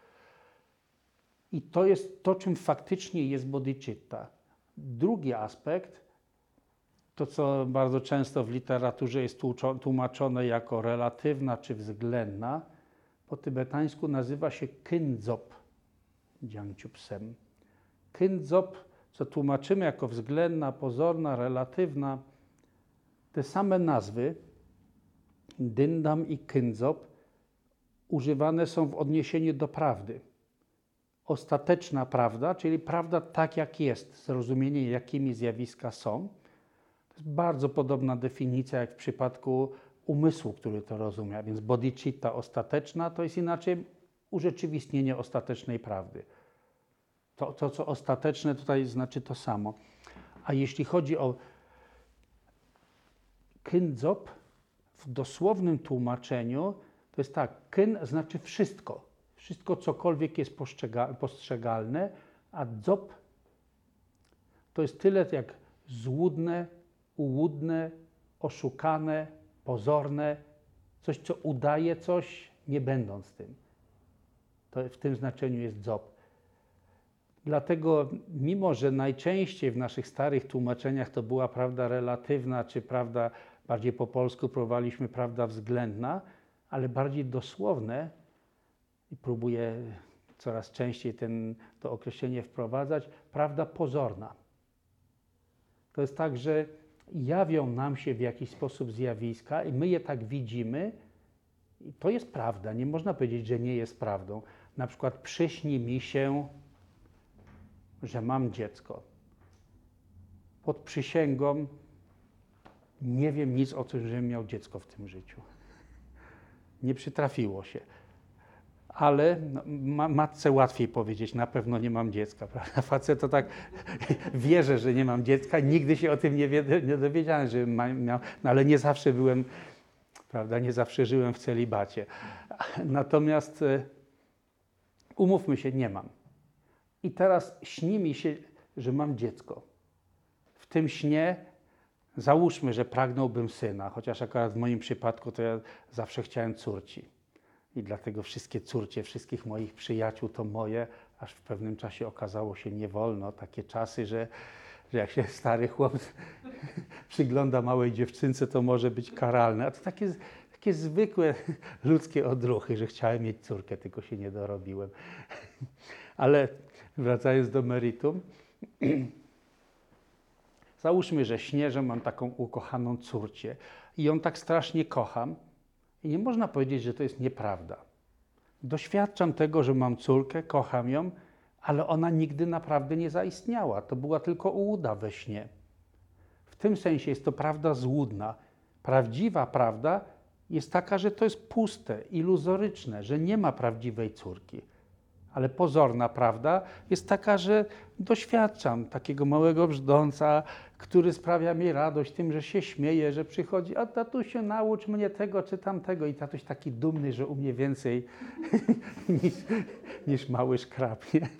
I to jest to, czym faktycznie jest bodhicitta. Drugi aspekt, to co bardzo często w literaturze jest tłumaczone jako relatywna czy względna, po tybetańsku nazywa się Kindzop Jangchupsem. Kindzop, co tłumaczymy jako względna, pozorna, relatywna, te same nazwy, Dindam i Kindzop, używane są w odniesieniu do prawdy. Ostateczna prawda, czyli prawda tak jak jest, zrozumienie jakimi zjawiska są. To jest bardzo podobna definicja jak w przypadku umysłu, który to rozumie. Więc bodhicitta ostateczna to jest inaczej urzeczywistnienie ostatecznej prawdy. To co ostateczne tutaj znaczy to samo. A jeśli chodzi o Kindzop, w dosłownym tłumaczeniu to jest tak, kin znaczy wszystko. Wszystko, cokolwiek jest postrzegalne, a dzop to jest tyle jak złudne, ułudne, oszukane, pozorne, coś, co udaje coś, nie będąc tym. To w tym znaczeniu jest dzop. Dlatego, mimo że najczęściej w naszych starych tłumaczeniach to była prawda relatywna, czy prawda, bardziej po polsku próbowaliśmy prawda względna, ale bardziej dosłowne, i próbuję coraz częściej to określenie wprowadzać, prawda pozorna. To jest tak, że jawią nam się w jakiś sposób zjawiska i my je tak widzimy i to jest prawda. Nie można powiedzieć, że nie jest prawdą. Na przykład przyśni mi się, że mam dziecko. Pod przysięgą nie wiem nic o tym, żebym miał dziecko w tym życiu. Nie przytrafiło się. Ale matce łatwiej powiedzieć, na pewno nie mam dziecka, prawda? Facet to tak wierzę, że nie mam dziecka, nigdy się o tym nie dowiedziałem, że miał, no ale nie zawsze byłem, prawda, nie zawsze żyłem w celibacie. Natomiast umówmy się, nie mam. I teraz śni mi się, że mam dziecko. W tym śnie załóżmy, że pragnąłbym syna, chociaż akurat w moim przypadku to ja zawsze chciałem córci. I dlatego wszystkie córcie, wszystkich moich przyjaciół to moje, aż w pewnym czasie okazało się nie wolno. Takie czasy, że jak się stary chłop przygląda małej dziewczynce, to może być karalne. A to takie zwykłe ludzkie odruchy, że chciałem mieć córkę, tylko się nie dorobiłem. Ale wracając do meritum, załóżmy, że śnię, że mam taką ukochaną córcię i ją tak strasznie kocham, i nie można powiedzieć, że to jest nieprawda. Doświadczam tego, że mam córkę, kocham ją, ale ona nigdy naprawdę nie zaistniała. To była tylko ułuda we śnie. W tym sensie jest to prawda złudna. Prawdziwa prawda jest taka, że to jest puste, iluzoryczne, że nie ma prawdziwej córki. Ale pozorna prawda jest taka, że doświadczam takiego małego brzdąca, który sprawia mi radość tym, że się śmieje, że przychodzi, a tatusiu, naucz mnie tego czy tamtego. I tatuś taki dumny, że umie więcej niż mały szkrab, nie?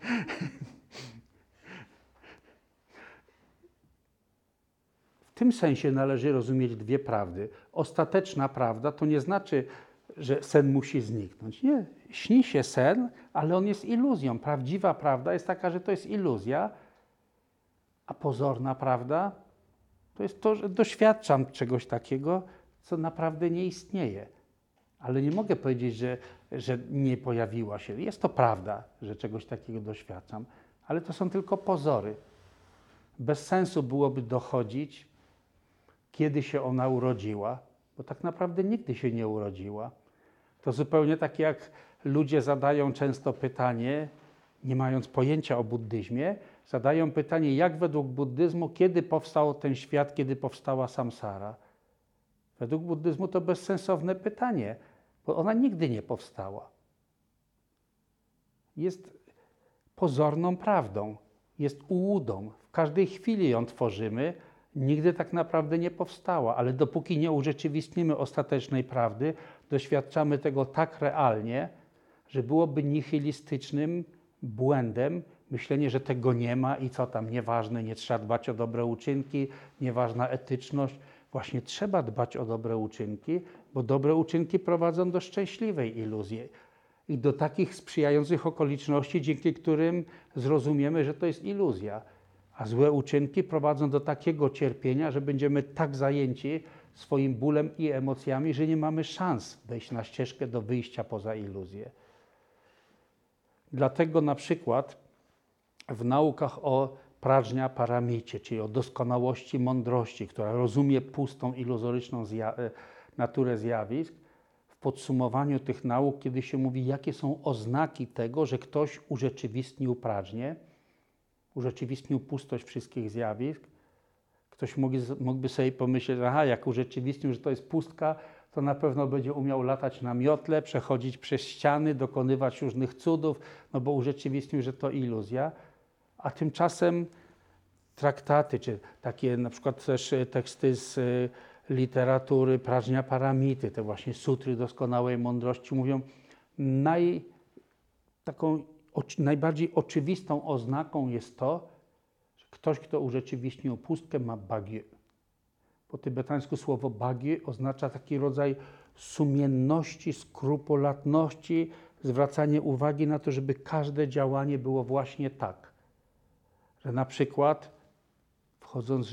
W tym sensie należy rozumieć dwie prawdy. Ostateczna prawda to nie znaczy, że sen musi zniknąć. Nie, śni się sen, ale on jest iluzją. Prawdziwa prawda jest taka, że to jest iluzja, a pozorna prawda to jest to, że doświadczam czegoś takiego, co naprawdę nie istnieje. Ale nie mogę powiedzieć, że nie pojawiła się. Jest to prawda, że czegoś takiego doświadczam, ale to są tylko pozory. Bez sensu byłoby dochodzić, kiedy się ona urodziła, bo tak naprawdę nigdy się nie urodziła. To zupełnie tak jak ludzie zadają często pytanie, nie mając pojęcia o buddyzmie, zadają pytanie, jak według buddyzmu, kiedy powstał ten świat, kiedy powstała samsara. Według buddyzmu to bezsensowne pytanie, bo ona nigdy nie powstała. Jest pozorną prawdą, jest ułudą. W każdej chwili ją tworzymy, nigdy tak naprawdę nie powstała, ale dopóki nie urzeczywistnimy ostatecznej prawdy, doświadczamy tego tak realnie, że byłoby nihilistycznym błędem myślenie, że tego nie ma i co tam, nieważne, nie trzeba dbać o dobre uczynki, nieważna etyczność. Właśnie trzeba dbać o dobre uczynki, bo dobre uczynki prowadzą do szczęśliwej iluzji i do takich sprzyjających okoliczności, dzięki którym zrozumiemy, że to jest iluzja. A złe uczynki prowadzą do takiego cierpienia, że będziemy tak zajęci swoim bólem i emocjami, że nie mamy szans wejść na ścieżkę do wyjścia poza iluzję. Dlatego na przykład w naukach o prajna paramicie, czyli o doskonałości mądrości, która rozumie pustą, iluzoryczną naturę zjawisk, w podsumowaniu tych nauk, kiedy się mówi, jakie są oznaki tego, że ktoś urzeczywistnił prajnię, urzeczywistnił pustość wszystkich zjawisk, ktoś mógłby sobie pomyśleć, aha, jak urzeczywistnił, że to jest pustka, to na pewno będzie umiał latać na miotle, przechodzić przez ściany, dokonywać różnych cudów, no bo urzeczywistnił, że to iluzja. A tymczasem traktaty, czy takie na przykład też teksty z literatury Prajna Paramity, te właśnie sutry doskonałej mądrości mówią, najbardziej oczywistą oznaką jest to, że ktoś, kto urzeczywistnił pustkę, ma bagyu. Po tybetańsku słowo bagyu oznacza taki rodzaj sumienności, skrupulatności, zwracanie uwagi na to, żeby każde działanie było właśnie tak. Że na przykład wchodząc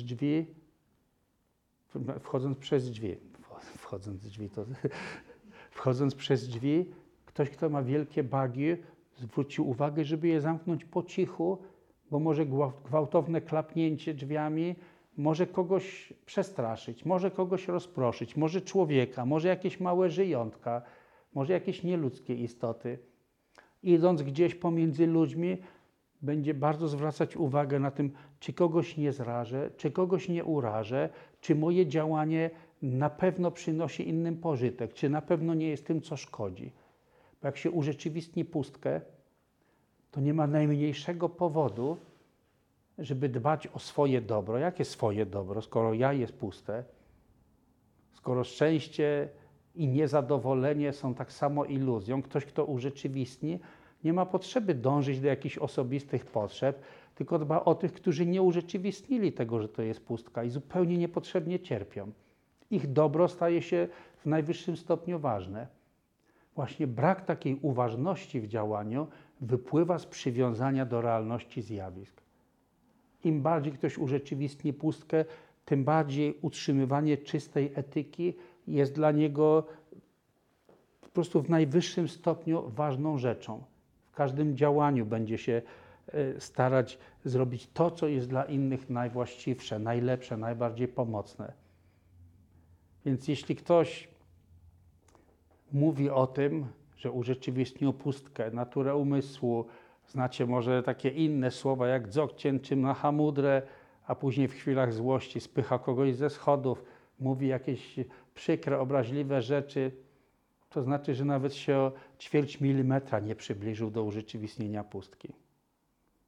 przez drzwi, ktoś, kto ma wielkie bagyu, zwrócił uwagę, żeby je zamknąć po cichu, bo może gwałtowne klapnięcie drzwiami może kogoś przestraszyć, może kogoś rozproszyć, może człowieka, może jakieś małe żyjątka, może jakieś nieludzkie istoty. Idąc gdzieś pomiędzy ludźmi, będzie bardzo zwracać uwagę na tym, czy kogoś nie zrażę, czy kogoś nie urażę, czy moje działanie na pewno przynosi innym pożytek, czy na pewno nie jest tym, co szkodzi. Bo jak się urzeczywistni pustkę, to nie ma najmniejszego powodu, żeby dbać o swoje dobro. Jakie swoje dobro, skoro ja jest puste? Skoro szczęście i niezadowolenie są tak samo iluzją, ktoś, kto urzeczywistni, nie ma potrzeby dążyć do jakichś osobistych potrzeb, tylko dba o tych, którzy nie urzeczywistnili tego, że to jest pustka i zupełnie niepotrzebnie cierpią. Ich dobro staje się w najwyższym stopniu ważne. Właśnie brak takiej uważności w działaniu wypływa z przywiązania do realności zjawisk. Im bardziej ktoś urzeczywistni pustkę, tym bardziej utrzymywanie czystej etyki jest dla niego po prostu w najwyższym stopniu ważną rzeczą. W każdym działaniu będzie się starać zrobić to, co jest dla innych najwłaściwsze, najlepsze, najbardziej pomocne. Więc jeśli ktoś mówi o tym, że urzeczywistnił pustkę, naturę umysłu, znacie może takie inne słowa jak dzogcień czy mahamudrę, a później w chwilach złości spycha kogoś ze schodów, mówi jakieś przykre, obraźliwe rzeczy, to znaczy, że nawet się o 0,1 milimetra nie przybliżył do urzeczywistnienia pustki.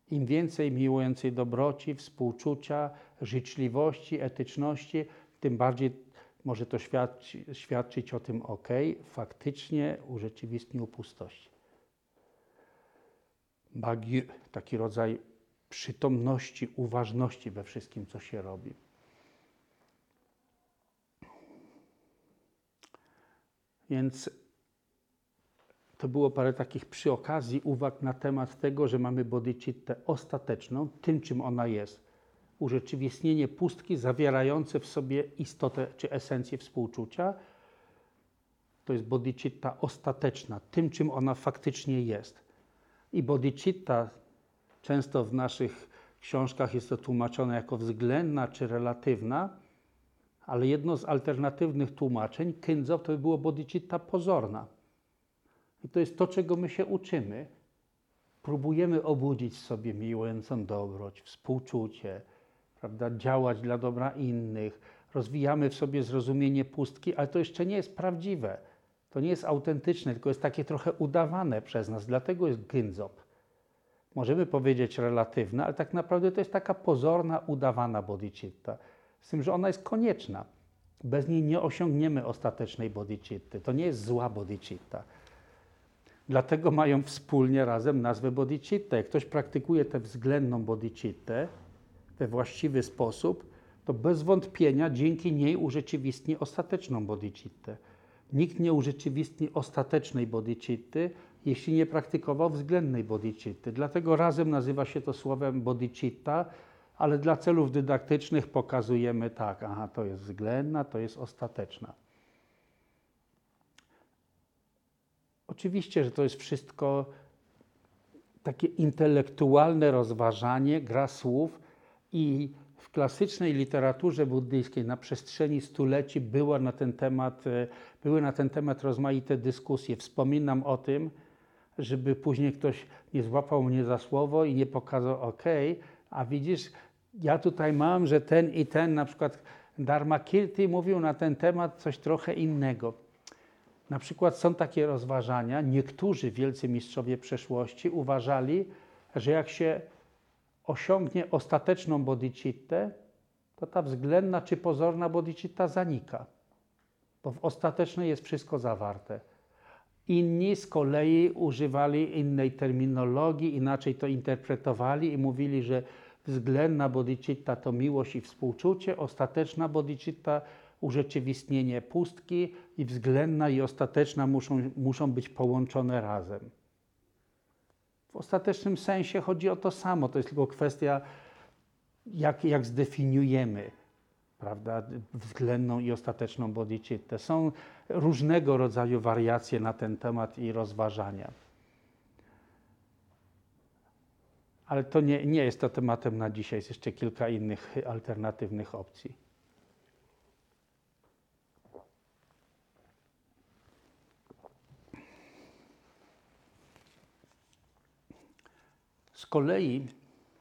Im więcej miłującej dobroci, współczucia, życzliwości, etyczności, tym bardziej może to świadczyć o tym, faktycznie urzeczywistnił pustość. Bagi, taki rodzaj przytomności, uważności we wszystkim, co się robi. Więc to było parę takich przy okazji uwag na temat tego, że mamy bodhicittę ostateczną, tym czym ona jest. Urzeczywistnienie pustki zawierające w sobie istotę czy esencję współczucia. To jest bodhicitta ostateczna, tym czym ona faktycznie jest. I bodhicitta, często w naszych książkach jest to tłumaczone jako względna czy relatywna, ale jedno z alternatywnych tłumaczeń, Kinzo, to by było bodhicitta pozorna. I to jest to, czego my się uczymy. Próbujemy obudzić w sobie miłującą dobroć, współczucie, prawda, działać dla dobra innych. Rozwijamy w sobie zrozumienie pustki, ale to jeszcze nie jest prawdziwe. To nie jest autentyczne, tylko jest takie trochę udawane przez nas. Dlatego jest Kinzo. Możemy powiedzieć relatywna, ale tak naprawdę to jest taka pozorna, udawana bodhicitta. Z tym, że ona jest konieczna. Bez niej nie osiągniemy ostatecznej bodhicitty. To nie jest zła bodhicitta. Dlatego mają wspólnie razem nazwę bodhicitta. Jak ktoś praktykuje tę względną bodhicittę we właściwy sposób, to bez wątpienia dzięki niej urzeczywistni ostateczną bodhicittę. Nikt nie urzeczywistni ostatecznej bodhicitty, jeśli nie praktykował względnej bodhicitty. Dlatego razem nazywa się to słowem bodhicitta, ale dla celów dydaktycznych pokazujemy tak, to jest względna, to jest ostateczna. Oczywiście, że to jest wszystko takie intelektualne rozważanie, gra słów i w klasycznej literaturze buddyjskiej na przestrzeni stuleci były na ten temat rozmaite dyskusje. Wspominam o tym, żeby później ktoś nie złapał mnie za słowo i nie pokazał, a widzisz, ja tutaj mam, że ten i ten, na przykład Dharmakirti mówił na ten temat coś trochę innego. Na przykład są takie rozważania, niektórzy wielcy mistrzowie przeszłości uważali, że jak się osiągnie ostateczną bodhicittę, to ta względna czy pozorna bodhicitta zanika, bo w ostatecznej jest wszystko zawarte. Inni z kolei używali innej terminologii, inaczej to interpretowali i mówili, że względna bodhicitta to miłość i współczucie, ostateczna bodhicitta urzeczywistnienie pustki i względna i ostateczna muszą być połączone razem. W ostatecznym sensie chodzi o to samo, to jest tylko kwestia, jak zdefiniujemy, prawda, względną i ostateczną bodhicittę. Są różnego rodzaju wariacje na ten temat i rozważania. Ale to nie jest to tematem na dzisiaj, jest jeszcze kilka innych alternatywnych opcji. Z kolei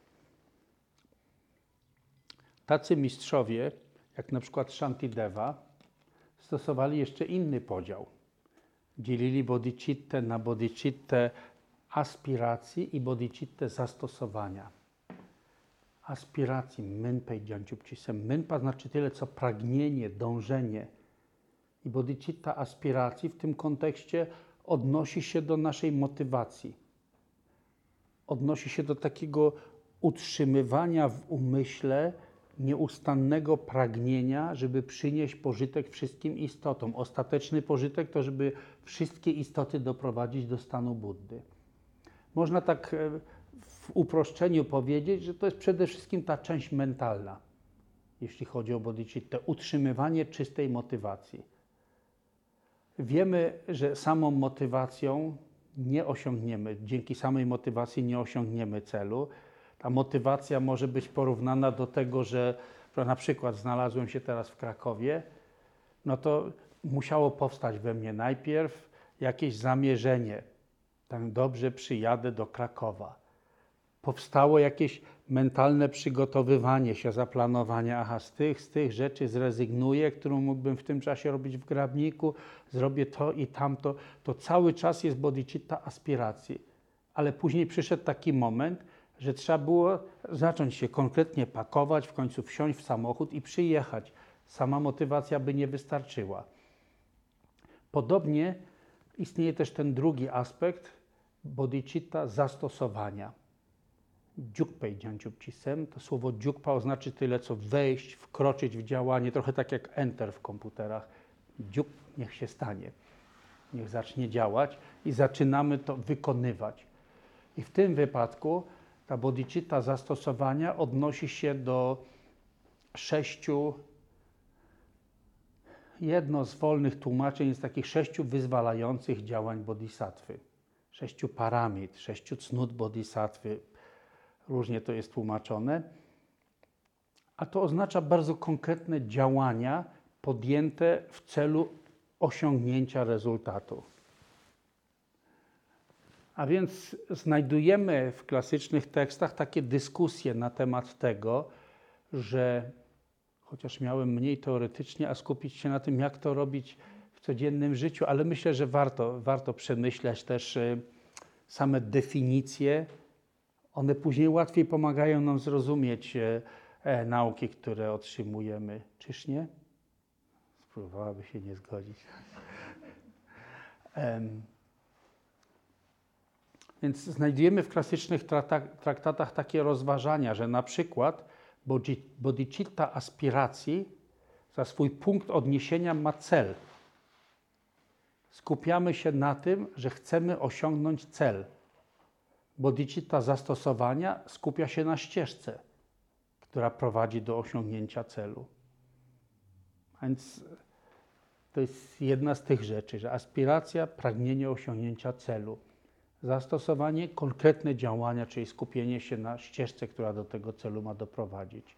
tacy mistrzowie, jak na przykład Shantideva, stosowali jeszcze inny podział. Dzielili bodhicittę na bodhicittę aspiracji i bodhicittę zastosowania. Aspiracji, minpei dhyangchupchisem. Minpa znaczy tyle, co pragnienie, dążenie. I bodhicitta aspiracji w tym kontekście odnosi się do naszej motywacji. Odnosi się do takiego utrzymywania w umyśle nieustannego pragnienia, żeby przynieść pożytek wszystkim istotom. Ostateczny pożytek to, żeby wszystkie istoty doprowadzić do stanu Buddy. Można tak w uproszczeniu powiedzieć, że to jest przede wszystkim ta część mentalna, jeśli chodzi o bodhicittę, utrzymywanie czystej motywacji. Wiemy, że samą motywacją nie osiągniemy, dzięki samej motywacji nie osiągniemy celu. Ta motywacja może być porównana do tego, że na przykład znalazłem się teraz w Krakowie, no to musiało powstać we mnie najpierw jakieś zamierzenie. Tak dobrze przyjadę do Krakowa. Powstało jakieś mentalne przygotowywanie się, zaplanowanie, z tych rzeczy zrezygnuję, którą mógłbym w tym czasie robić w Grabniku, zrobię to i tamto. To cały czas jest bodhicitta aspiracji. Ale później przyszedł taki moment, że trzeba było zacząć się konkretnie pakować, w końcu wsiąść w samochód i przyjechać. Sama motywacja by nie wystarczyła. Podobnie istnieje też ten drugi aspekt bodhicitta zastosowania. Gyukpei Janjupchisem, to słowo gyukpa oznacza tyle co wejść, wkroczyć w działanie, trochę tak jak enter w komputerach. Gyuk, niech się stanie, niech zacznie działać i zaczynamy to wykonywać. I w tym wypadku ta bodhicitta zastosowania odnosi się do 6, jedno z wolnych tłumaczeń jest takich 6 wyzwalających działań bodhisattwy. 6 paramit, 6 cnót bodhisattwy. Różnie to jest tłumaczone. A to oznacza bardzo konkretne działania podjęte w celu osiągnięcia rezultatu. A więc znajdujemy w klasycznych tekstach takie dyskusje na temat tego, że chociaż miałem mniej teoretycznie, a skupić się na tym, jak to robić w codziennym życiu, ale myślę, że warto przemyśleć też same definicje. One później łatwiej pomagają nam zrozumieć nauki, które otrzymujemy. Czyż nie? Spróbowałaby się nie zgodzić. Więc znajdujemy w klasycznych traktatach takie rozważania, że na przykład bodhicitta aspiracji za swój punkt odniesienia ma cel. Skupiamy się na tym, że chcemy osiągnąć cel. Bodhicitta zastosowania skupia się na ścieżce, która prowadzi do osiągnięcia celu. A więc to jest jedna z tych rzeczy, że aspiracja, pragnienie osiągnięcia celu. Zastosowanie, konkretne działania, czyli skupienie się na ścieżce, która do tego celu ma doprowadzić.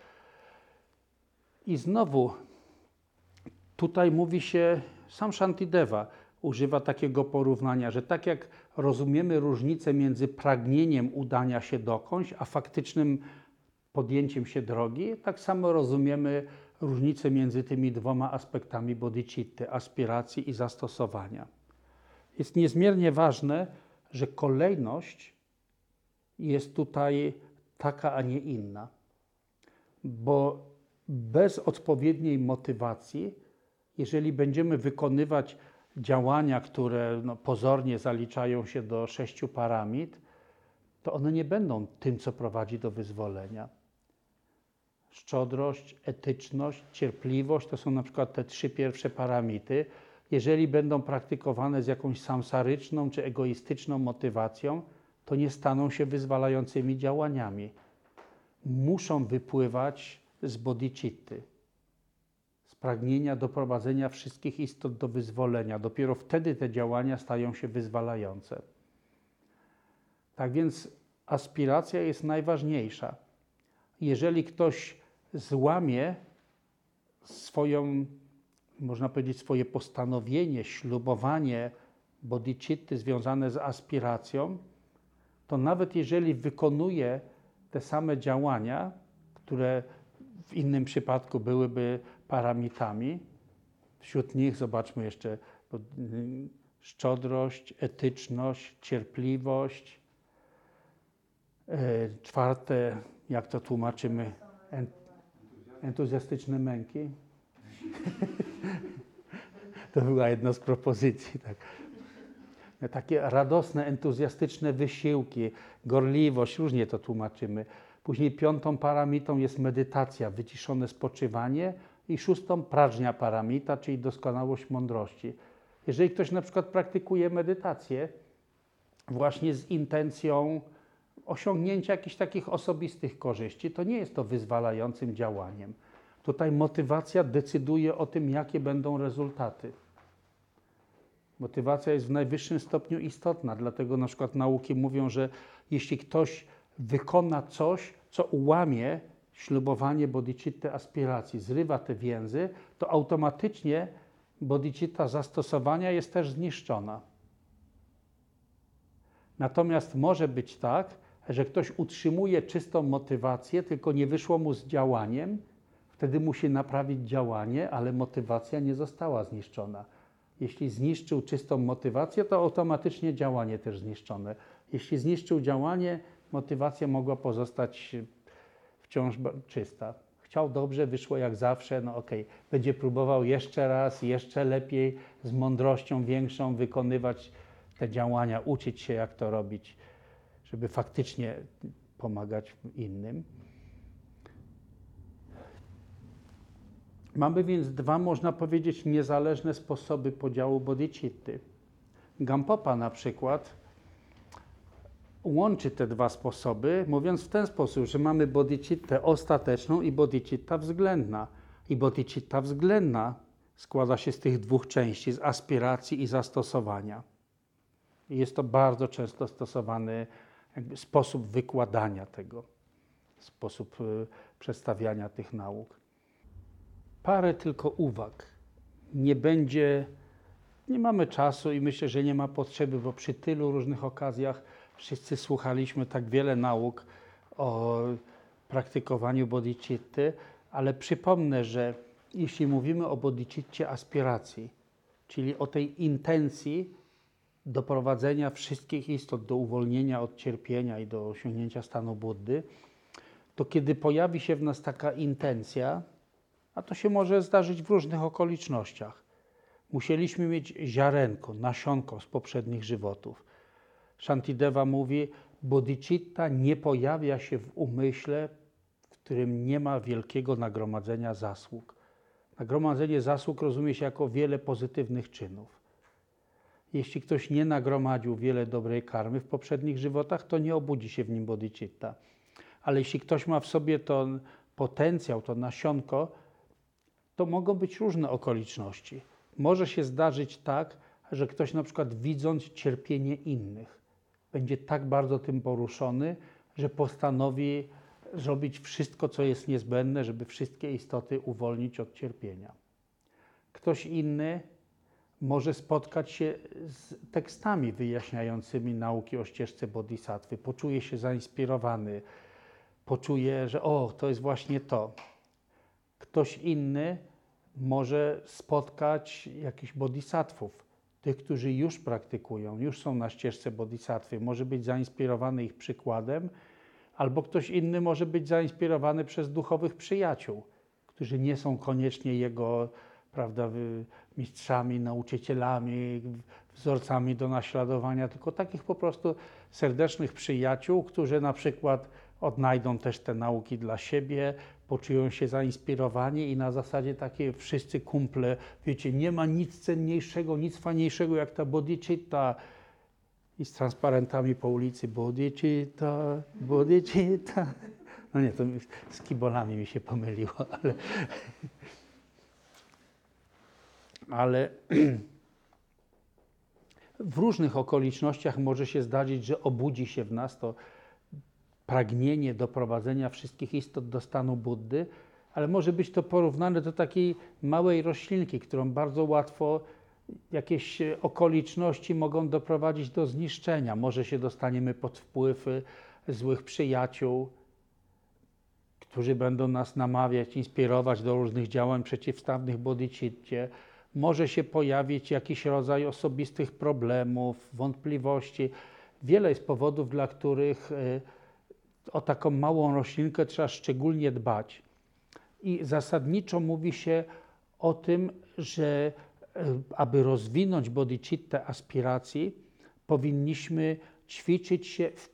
I znowu tutaj mówi się, sam Shantideva używa takiego porównania, że tak jak rozumiemy różnicę między pragnieniem udania się dokądś, a faktycznym podjęciem się drogi, tak samo rozumiemy różnicę między tymi dwoma aspektami bodhicitty, aspiracji i zastosowania. Jest niezmiernie ważne, że kolejność jest tutaj taka, a nie inna. Bo bez odpowiedniej motywacji, jeżeli będziemy wykonywać działania, które pozornie zaliczają się do 6 paramit, to one nie będą tym, co prowadzi do wyzwolenia. Szczodrość, etyczność, cierpliwość to są na przykład te 3 pierwsze paramity. Jeżeli będą praktykowane z jakąś samsaryczną czy egoistyczną motywacją, to nie staną się wyzwalającymi działaniami. Muszą wypływać z bodhicitty, z pragnienia doprowadzenia wszystkich istot do wyzwolenia. Dopiero wtedy te działania stają się wyzwalające. Tak więc aspiracja jest najważniejsza. Jeżeli ktoś złamie można powiedzieć, swoje postanowienie, ślubowanie bodhicitty związane z aspiracją, to nawet jeżeli wykonuje te same działania, które w innym przypadku byłyby paramitami, wśród nich zobaczmy jeszcze szczodrość, etyczność, cierpliwość. 4, jak to tłumaczymy, entuzjastyczne męki. To była jedna z propozycji. Tak. Takie radosne, entuzjastyczne wysiłki, gorliwość, różnie to tłumaczymy. Później 5. paramitą jest medytacja, wyciszone spoczywanie i 6. prażnia paramita, czyli doskonałość mądrości. Jeżeli ktoś na przykład praktykuje medytację właśnie z intencją osiągnięcia jakichś takich osobistych korzyści, to nie jest to wyzwalającym działaniem. Tutaj motywacja decyduje o tym, jakie będą rezultaty. Motywacja jest w najwyższym stopniu istotna, dlatego na przykład nauki mówią, że jeśli ktoś wykona coś, co ułamie ślubowanie bodhicitty aspiracji, zrywa te więzy, to automatycznie bodhicitta zastosowania jest też zniszczona. Natomiast może być tak, że ktoś utrzymuje czystą motywację, tylko nie wyszło mu z działaniem, wtedy musi naprawić działanie, ale motywacja nie została zniszczona. Jeśli zniszczył czystą motywację, to automatycznie działanie też zniszczone. Jeśli zniszczył działanie, motywacja mogła pozostać wciąż czysta. Chciał dobrze, wyszło jak zawsze, no okej, będzie próbował jeszcze raz, jeszcze lepiej, z mądrością większą wykonywać te działania, uczyć się jak to robić, żeby faktycznie pomagać innym. Mamy więc dwa, można powiedzieć, niezależne sposoby podziału bodhicitty. Gampopa na przykład łączy te dwa sposoby, mówiąc w ten sposób, że mamy bodhicittę ostateczną i bodhicitta względna. I bodhicitta względna składa się z tych dwóch części, z aspiracji i zastosowania. I jest to bardzo często stosowany sposób wykładania tego, sposób przedstawiania tych nauk. Parę tylko uwag. Nie mamy czasu i myślę, że nie ma potrzeby, bo przy tylu różnych okazjach wszyscy słuchaliśmy tak wiele nauk o praktykowaniu bodhicitty, ale przypomnę, że jeśli mówimy o bodhicitcie aspiracji, czyli o tej intencji doprowadzenia wszystkich istot do uwolnienia od cierpienia i do osiągnięcia stanu Buddy, to kiedy pojawi się w nas taka intencja, a to się może zdarzyć w różnych okolicznościach, musieliśmy mieć ziarenko, nasionko z poprzednich żywotów. Shantideva mówi, bodhicitta nie pojawia się w umyśle, w którym nie ma wielkiego nagromadzenia zasług. Nagromadzenie zasług rozumie się jako wiele pozytywnych czynów. Jeśli ktoś nie nagromadził wiele dobrej karmy w poprzednich żywotach, to nie obudzi się w nim bodhicitta. Ale jeśli ktoś ma w sobie ten potencjał, to nasionko, to mogą być różne okoliczności. Może się zdarzyć tak, że ktoś na przykład widząc cierpienie innych, będzie tak bardzo tym poruszony, że postanowi zrobić wszystko, co jest niezbędne, żeby wszystkie istoty uwolnić od cierpienia. Ktoś inny może spotkać się z tekstami wyjaśniającymi nauki o ścieżce bodhisattwy, poczuje się zainspirowany, poczuje, że to jest właśnie to. Ktoś inny może spotkać jakichś bodhisattvów, tych, którzy już praktykują, już są na ścieżce bodhisattwy, może być zainspirowany ich przykładem, albo ktoś inny może być zainspirowany przez duchowych przyjaciół, którzy nie są koniecznie jego, mistrzami, nauczycielami, wzorcami do naśladowania, tylko takich po prostu serdecznych przyjaciół, którzy na przykład odnajdą też te nauki dla siebie, poczują się zainspirowani i na zasadzie takie wszyscy kumple, wiecie, nie ma nic cenniejszego, nic fajniejszego jak ta bodhicitta. I z transparentami po ulicy bodhicitta, bodhicitta. No nie, to z kibolami mi się pomyliło, ale w różnych okolicznościach może się zdarzyć, że obudzi się w nas to pragnienie doprowadzenia wszystkich istot do stanu Buddy, ale może być to porównane do takiej małej roślinki, którą bardzo łatwo jakieś okoliczności mogą doprowadzić do zniszczenia. Może się dostaniemy pod wpływ złych przyjaciół, którzy będą nas namawiać, inspirować do różnych działań przeciwstawnych bodhicitcie. Może się pojawić jakiś rodzaj osobistych problemów, wątpliwości. Wiele jest powodów, dla których o taką małą roślinkę trzeba szczególnie dbać. I zasadniczo mówi się o tym, że aby rozwinąć bodhicittę aspiracji, powinniśmy ćwiczyć się w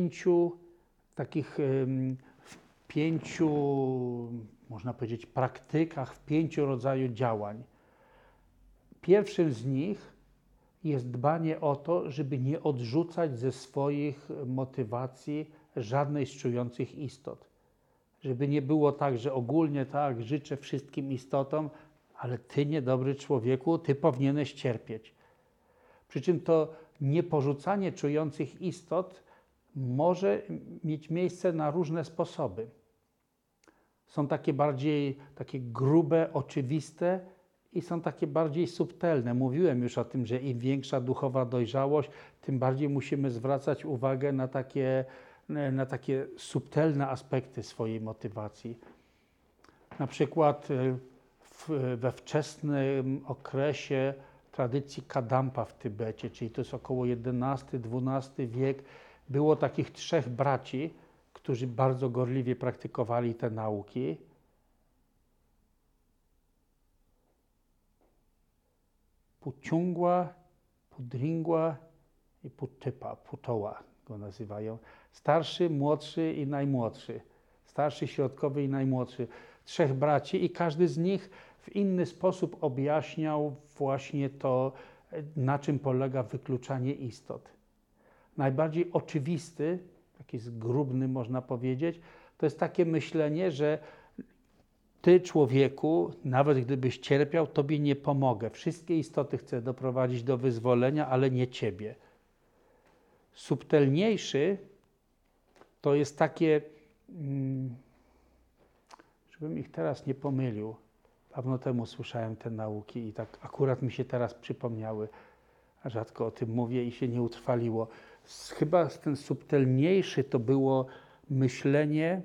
pięciu, można powiedzieć, praktykach, w 5 rodzajów działań. Pierwszym z nich jest dbanie o to, żeby nie odrzucać ze swoich motywacji żadnej z czujących istot. Żeby nie było tak, że ogólnie tak, życzę wszystkim istotom, ale ty, niedobry człowieku, ty powinieneś cierpieć. Przy czym to nieporzucanie czujących istot może mieć miejsce na różne sposoby. Są takie bardziej grube, oczywiste i są takie bardziej subtelne. Mówiłem już o tym, że im większa duchowa dojrzałość, tym bardziej musimy zwracać uwagę na takie subtelne aspekty swojej motywacji. Na przykład we wczesnym okresie tradycji Kadampa w Tybecie, czyli to jest około XI-XII wiek, było takich 3 braci, którzy bardzo gorliwie praktykowali te nauki. Puciągła, Pudringła i Putoła go nazywają. Starszy, młodszy i najmłodszy. Starszy, środkowy i najmłodszy. 3 braci i każdy z nich w inny sposób objaśniał właśnie to, na czym polega wykluczanie istot. Najbardziej oczywisty, taki zgrubny można powiedzieć, to jest takie myślenie, że ty, człowieku, nawet gdybyś cierpiał, tobie nie pomogę. Wszystkie istoty chcę doprowadzić do wyzwolenia, ale nie ciebie. Subtelniejszy to jest takie, żebym ich teraz nie pomylił. Dawno temu słyszałem te nauki i tak akurat mi się teraz przypomniały. A rzadko o tym mówię i się nie utrwaliło. Chyba ten subtelniejszy to było myślenie,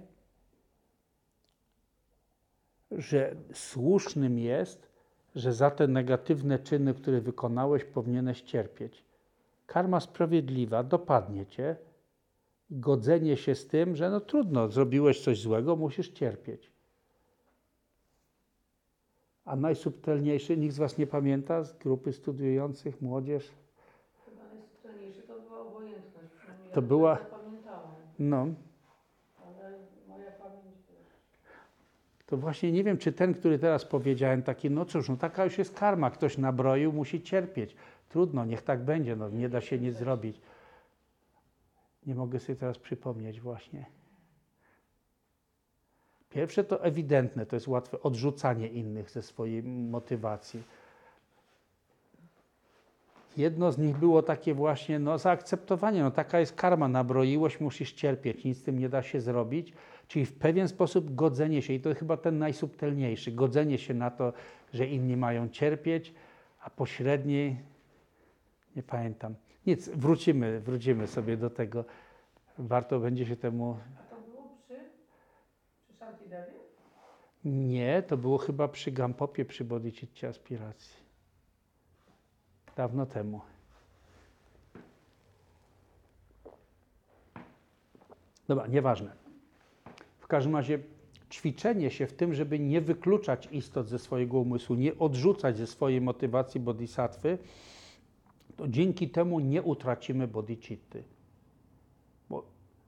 że słusznym jest, że za te negatywne czyny, które wykonałeś, powinieneś cierpieć. Karma sprawiedliwa dopadnie cię. Godzenie się z tym, że no trudno, zrobiłeś coś złego, musisz cierpieć. A najsubtelniejszy, nikt z was nie pamięta z grupy studiujących, młodzież? Chyba najsubtelniejszy to była obojętność. To była... Pamiętałam. No. Ale moja pamięć... To właśnie nie wiem, czy ten, który teraz powiedziałem, taki, no cóż, no taka już jest karma, ktoś nabroił, musi cierpieć. Trudno, niech tak będzie, no nie da się nic zrobić. Nie mogę sobie teraz przypomnieć właśnie. Pierwsze to ewidentne, to jest łatwe odrzucanie innych ze swojej motywacji. Jedno z nich było takie właśnie, no zaakceptowanie, no taka jest karma, nabroiłeś, musisz cierpieć, nic z tym nie da się zrobić. Czyli w pewien sposób godzenie się, i to chyba ten najsubtelniejszy, godzenie się na to, że inni mają cierpieć, a pośredniej, nie pamiętam. Nic, wrócimy sobie do tego. Warto będzie się temu... A to było przy Shantidewie? Nie, to było chyba przy Gampopie, przy Bodhicitta Aspiracji. Dawno temu. Dobra, nieważne. W każdym razie ćwiczenie się w tym, żeby nie wykluczać istot ze swojego umysłu, nie odrzucać ze swojej motywacji bodhisattwy, to dzięki temu nie utracimy bodhicitty. Bo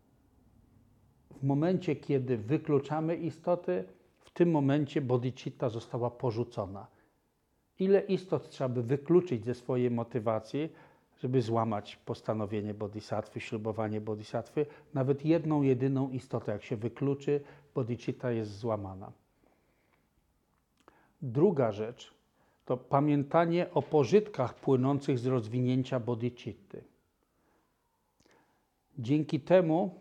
w momencie, kiedy wykluczamy istoty, w tym momencie bodhicitta została porzucona. Ile istot trzeba by wykluczyć ze swojej motywacji, żeby złamać postanowienie bodhisattwy, ślubowanie bodhisattwy? Nawet jedną, jedyną istotę, jak się wykluczy, bodhicitta jest złamana. Druga rzecz to pamiętanie o pożytkach płynących z rozwinięcia bodhicitty. Dzięki temu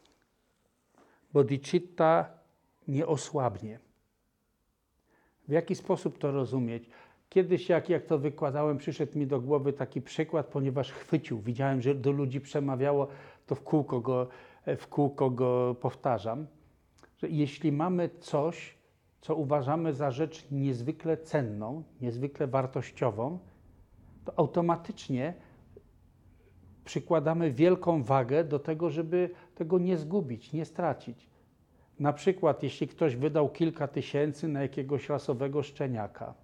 bodhicitta nie osłabnie. W jaki sposób to rozumieć? Kiedyś, jak to wykładałem, przyszedł mi do głowy taki przykład, ponieważ chwycił. Widziałem, że do ludzi przemawiało, to w kółko go powtarzam, że jeśli mamy coś, co uważamy za rzecz niezwykle cenną, niezwykle wartościową, to automatycznie przykładamy wielką wagę do tego, żeby tego nie zgubić, nie stracić. Na przykład, jeśli ktoś wydał kilka tysięcy na jakiegoś rasowego szczeniaka.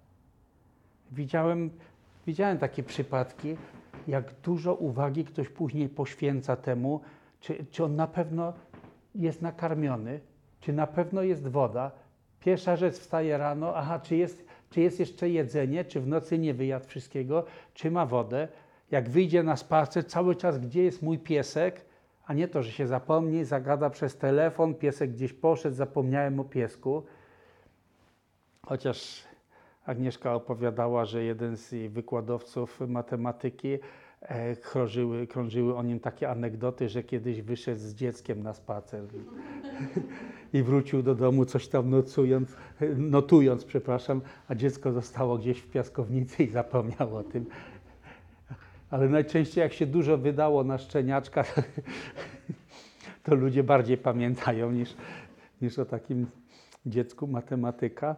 Widziałem takie przypadki, jak dużo uwagi ktoś później poświęca temu, czy on na pewno jest nakarmiony, czy na pewno jest woda. Pierwsza rzecz, wstaje rano, czy jest jeszcze jedzenie, czy w nocy nie wyjadł wszystkiego, czy ma wodę. Jak wyjdzie na spacer, cały czas, gdzie jest mój piesek, a nie to, że się zapomni, zagada przez telefon, piesek gdzieś poszedł, zapomniałem o piesku. Chociaż Agnieszka opowiadała, że jeden z jej wykładowców matematyki krążyły o nim takie anegdoty, że kiedyś wyszedł z dzieckiem na spacer i wrócił do domu coś tam notując, a dziecko zostało gdzieś w piaskownicy i zapomniał o tym. Ale najczęściej jak się dużo wydało na szczeniaczka, to ludzie bardziej pamiętają niż o takim dziecku matematyka.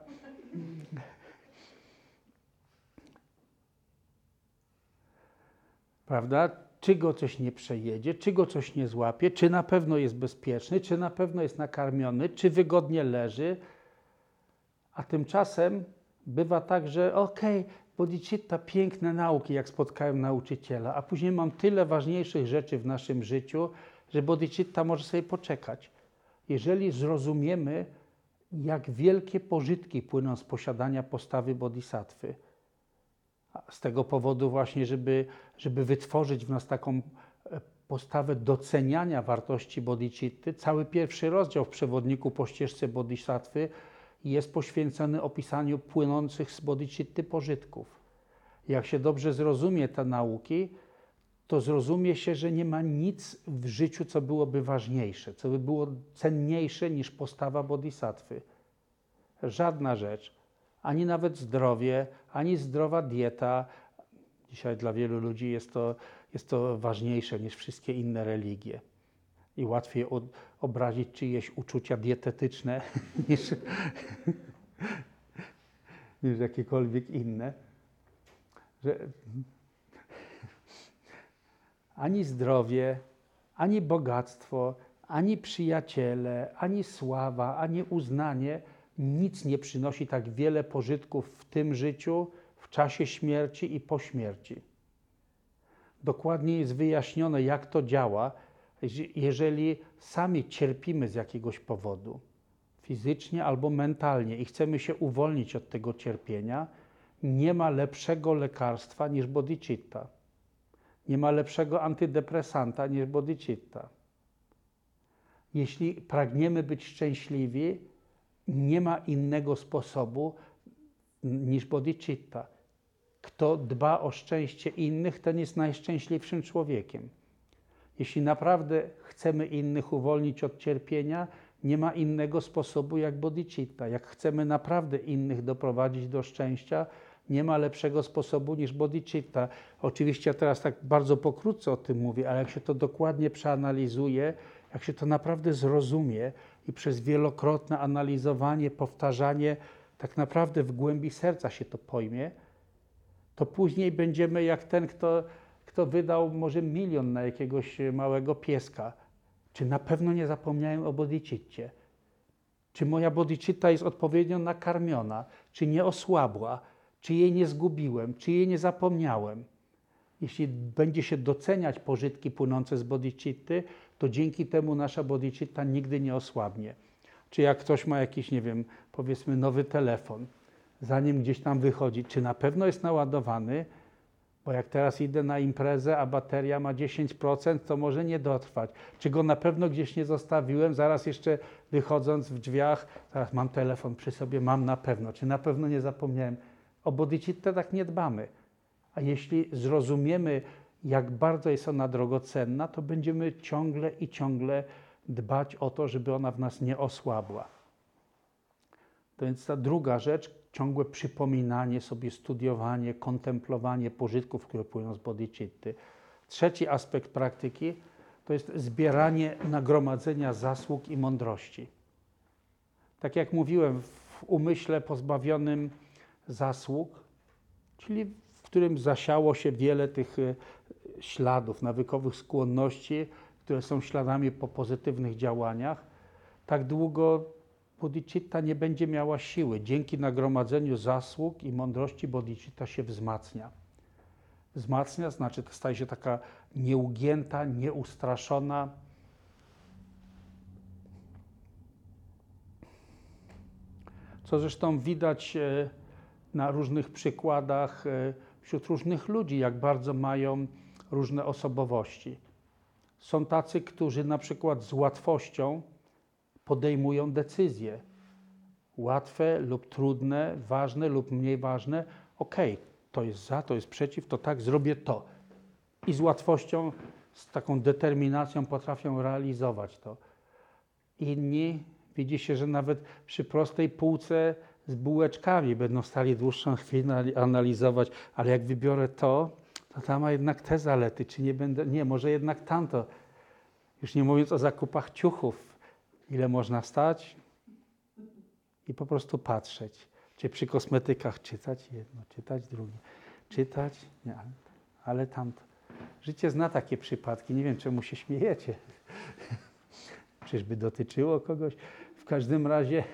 Prawda? czy go coś nie przejedzie, czy go coś nie złapie, czy na pewno jest bezpieczny, czy na pewno jest nakarmiony, czy wygodnie leży. A tymczasem bywa tak, że bodhicitta, piękne nauki, jak spotkałem nauczyciela, a później mam tyle ważniejszych rzeczy w naszym życiu, że bodhicitta może sobie poczekać. Jeżeli zrozumiemy, jak wielkie pożytki płyną z posiadania postawy bodhisattwy, z tego powodu właśnie, żeby wytworzyć w nas taką postawę doceniania wartości bodhicitty, cały pierwszy rozdział w przewodniku po ścieżce bodhisattwy jest poświęcony opisaniu płynących z bodhicitty pożytków. Jak się dobrze zrozumie te nauki, to zrozumie się, że nie ma nic w życiu, co byłoby ważniejsze, co by było cenniejsze niż postawa bodhisattwy. Żadna rzecz, ani nawet zdrowie, ani zdrowa dieta. Dzisiaj dla wielu ludzi jest to ważniejsze niż wszystkie inne religie. I łatwiej obrazić czyjeś uczucia dietetyczne niż jakiekolwiek inne. Że ani zdrowie, ani bogactwo, ani przyjaciele, ani sława, ani uznanie, nic nie przynosi tak wiele pożytków w tym życiu, w czasie śmierci i po śmierci. Dokładnie jest wyjaśnione, jak to działa, jeżeli sami cierpimy z jakiegoś powodu, fizycznie albo mentalnie i chcemy się uwolnić od tego cierpienia, nie ma lepszego lekarstwa niż bodhicitta. Nie ma lepszego antydepresanta niż bodhicitta. Jeśli pragniemy być szczęśliwi, nie ma innego sposobu niż bodhicitta. Kto dba o szczęście innych, ten jest najszczęśliwszym człowiekiem. Jeśli naprawdę chcemy innych uwolnić od cierpienia, nie ma innego sposobu jak bodhicitta. Jak chcemy naprawdę innych doprowadzić do szczęścia, nie ma lepszego sposobu niż bodhicitta. Oczywiście ja teraz tak bardzo pokrótce o tym mówię, ale jak się to dokładnie przeanalizuje, jak się to naprawdę zrozumie i przez wielokrotne analizowanie, powtarzanie, tak naprawdę w głębi serca się to pojmie, to później będziemy jak ten, kto wydał może 1 000 000 na jakiegoś małego pieska. Czy na pewno nie zapomniałem o bodhicitcie? Czy moja bodhicitta jest odpowiednio nakarmiona? Czy nie osłabła? Czy jej nie zgubiłem? Czy jej nie zapomniałem? Jeśli będzie się doceniać pożytki płynące z bodhicitty, to dzięki temu nasza bodhicitta nigdy nie osłabnie. Czy jak ktoś ma jakiś, nie wiem, powiedzmy nowy telefon, zanim gdzieś tam wychodzi, czy na pewno jest naładowany? Bo jak teraz idę na imprezę, a bateria ma 10%, to może nie dotrwać. Czy go na pewno gdzieś nie zostawiłem? Zaraz jeszcze wychodząc w drzwiach, zaraz mam telefon przy sobie, mam na pewno. Czy na pewno nie zapomniałem? O bodhicittę tak nie dbamy. A jeśli zrozumiemy, jak bardzo jest ona drogocenna, to będziemy ciągle i ciągle dbać o to, żeby ona w nas nie osłabła. To więc ta druga rzecz, ciągłe przypominanie sobie, studiowanie, kontemplowanie pożytków, które płyną z bodhicitty. Trzeci aspekt praktyki to jest zbieranie nagromadzenia zasług i mądrości. Tak jak mówiłem, w umyśle pozbawionym zasług, czyli w którym zasiało się wiele tych śladów, nawykowych skłonności, które są śladami po pozytywnych działaniach, tak długo bodhicitta nie będzie miała siły. Dzięki nagromadzeniu zasług i mądrości bodhicitta się wzmacnia. Wzmacnia, znaczy to staje się taka nieugięta, nieustraszona. Co zresztą widać na różnych przykładach wśród różnych ludzi, jak bardzo mają różne osobowości. Są tacy, którzy na przykład z łatwością podejmują decyzje. Łatwe lub trudne, ważne lub mniej ważne. To jest za, to jest przeciw, to tak, zrobię to. I z łatwością, z taką determinacją potrafią realizować to. Inni, widzi się, że nawet przy prostej półce z bułeczkami będą stali dłuższą chwilę analizować, ale jak wybiorę to tam ma jednak te zalety, czy nie będę, nie, może jednak tamto. Już nie mówiąc o zakupach ciuchów, ile można stać i po prostu patrzeć. Czy przy kosmetykach czytać jedno, czytać drugie, czytać, nie, ale tamto. Życie zna takie przypadki. Nie wiem, czemu się śmiejecie. Czyżby dotyczyło kogoś? W każdym razie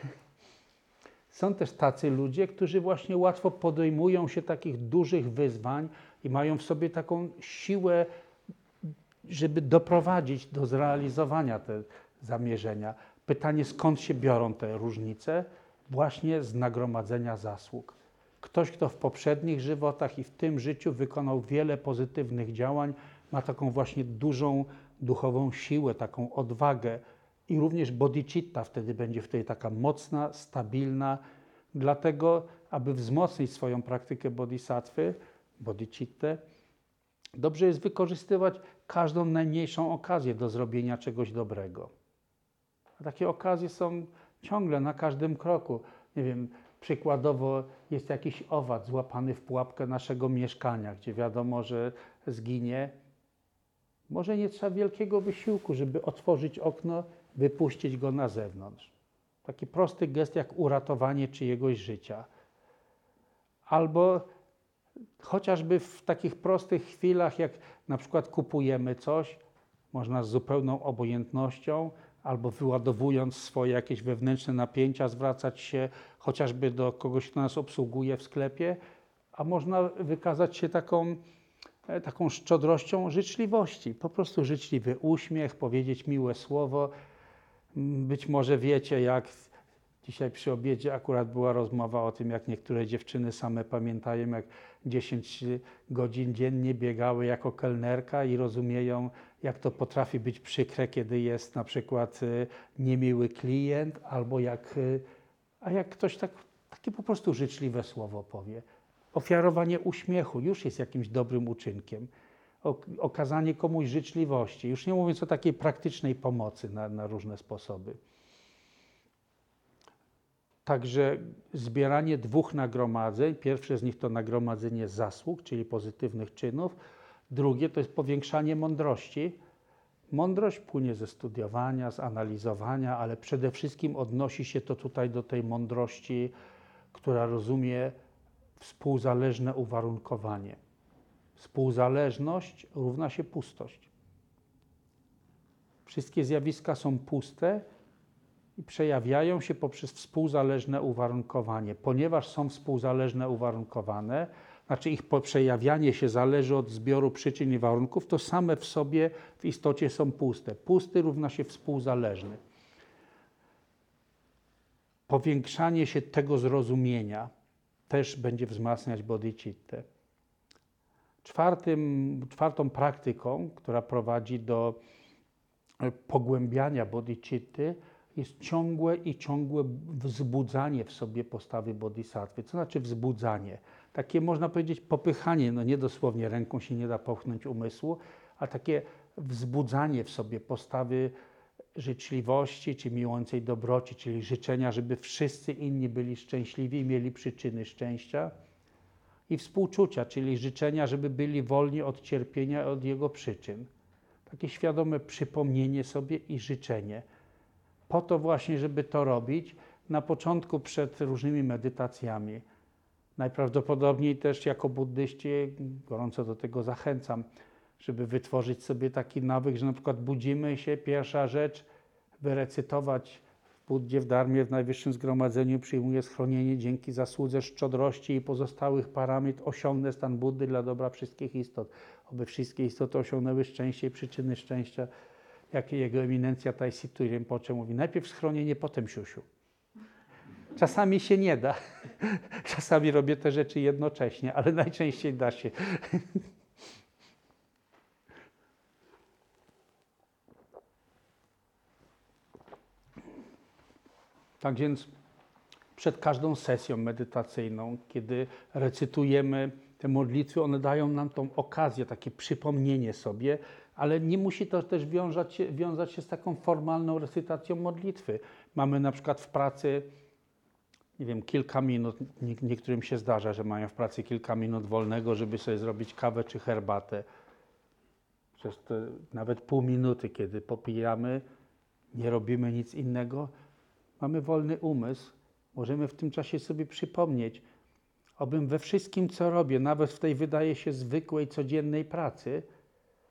są też tacy ludzie, którzy właśnie łatwo podejmują się takich dużych wyzwań i mają w sobie taką siłę, żeby doprowadzić do zrealizowania te zamierzenia. Pytanie, skąd się biorą te różnice? Właśnie z nagromadzenia zasług. Ktoś, kto w poprzednich żywotach i w tym życiu wykonał wiele pozytywnych działań, ma taką właśnie dużą duchową siłę, taką odwagę i również bodhicitta wtedy będzie taka mocna, stabilna. Dlatego, aby wzmocnić swoją praktykę bodhisattwy, bodhicittę, dobrze jest wykorzystywać każdą najmniejszą okazję do zrobienia czegoś dobrego. A takie okazje są ciągle, na każdym kroku. Nie wiem, przykładowo jest jakiś owad złapany w pułapkę naszego mieszkania, gdzie wiadomo, że zginie. Może nie trzeba wielkiego wysiłku, żeby otworzyć okno, wypuścić go na zewnątrz. Taki prosty gest jak uratowanie czyjegoś życia. Albo chociażby w takich prostych chwilach, jak na przykład kupujemy coś, można z zupełną obojętnością albo wyładowując swoje jakieś wewnętrzne napięcia, zwracać się chociażby do kogoś, kto nas obsługuje w sklepie, a można wykazać się taką szczodrością życzliwości. Po prostu życzliwy uśmiech, powiedzieć miłe słowo. Być może wiecie, jak dzisiaj przy obiedzie akurat była rozmowa o tym, jak niektóre dziewczyny same pamiętają, jak 10 godzin dziennie biegały jako kelnerka i rozumieją, jak to potrafi być przykre, kiedy jest na przykład niemiły klient, albo jak ktoś takie po prostu życzliwe słowo powie. Ofiarowanie uśmiechu już jest jakimś dobrym uczynkiem. Okazanie komuś życzliwości, już nie mówiąc o takiej praktycznej pomocy na różne sposoby. Także zbieranie 2 nagromadzeń. Pierwsze z nich to nagromadzenie zasług, czyli pozytywnych czynów. Drugie to jest powiększanie mądrości. Mądrość płynie ze studiowania, z analizowania, ale przede wszystkim odnosi się to tutaj do tej mądrości, która rozumie współzależne uwarunkowanie. Współzależność równa się pustość. Wszystkie zjawiska są puste i przejawiają się poprzez współzależne uwarunkowanie. Ponieważ są współzależne uwarunkowane, znaczy ich przejawianie się zależy od zbioru przyczyn i warunków, to same w sobie w istocie są puste. Pusty równa się współzależny. Powiększanie się tego zrozumienia też będzie wzmacniać bodhicittę. Czwartą praktyką, która prowadzi do pogłębiania bodhicitty, jest ciągłe wzbudzanie w sobie postawy bodhisattwy. Co znaczy wzbudzanie? Takie można powiedzieć popychanie, no nie dosłownie ręką się nie da popchnąć umysłu, a takie wzbudzanie w sobie postawy życzliwości czy miłującej dobroci, czyli życzenia, żeby wszyscy inni byli szczęśliwi i mieli przyczyny szczęścia. I współczucia, czyli życzenia, żeby byli wolni od cierpienia, od jego przyczyn. Takie świadome przypomnienie sobie i życzenie. Po to właśnie, żeby to robić, na początku przed różnymi medytacjami. Najprawdopodobniej też jako buddyści gorąco do tego zachęcam, żeby wytworzyć sobie taki nawyk, że na przykład budzimy się, pierwsza rzecz, wyrecytować w Buddzie, w Dharmie, w Najwyższym Zgromadzeniu przyjmuję schronienie dzięki zasłudze szczodrości i pozostałych parametr osiągnę stan Buddy dla dobra wszystkich istot. Oby wszystkie istoty osiągnęły szczęście i przyczyny szczęścia, jak jego eminencja Taisittu Rinpoche mówi. Najpierw schronienie, potem siusiu. Czasami się nie da. Czasami robię te rzeczy jednocześnie, ale najczęściej da się. Tak więc przed każdą sesją medytacyjną, kiedy recytujemy te modlitwy, one dają nam tą okazję, takie przypomnienie sobie, ale nie musi to też wiązać się z taką formalną recytacją modlitwy. Mamy na przykład w pracy, nie wiem, kilka minut, niektórym się zdarza, że mają w pracy kilka minut wolnego, żeby sobie zrobić kawę czy herbatę. Przez te nawet pół minuty, kiedy popijamy, nie robimy nic innego, mamy wolny umysł, możemy w tym czasie sobie przypomnieć, obym we wszystkim, co robię, nawet w tej wydaje się zwykłej, codziennej pracy,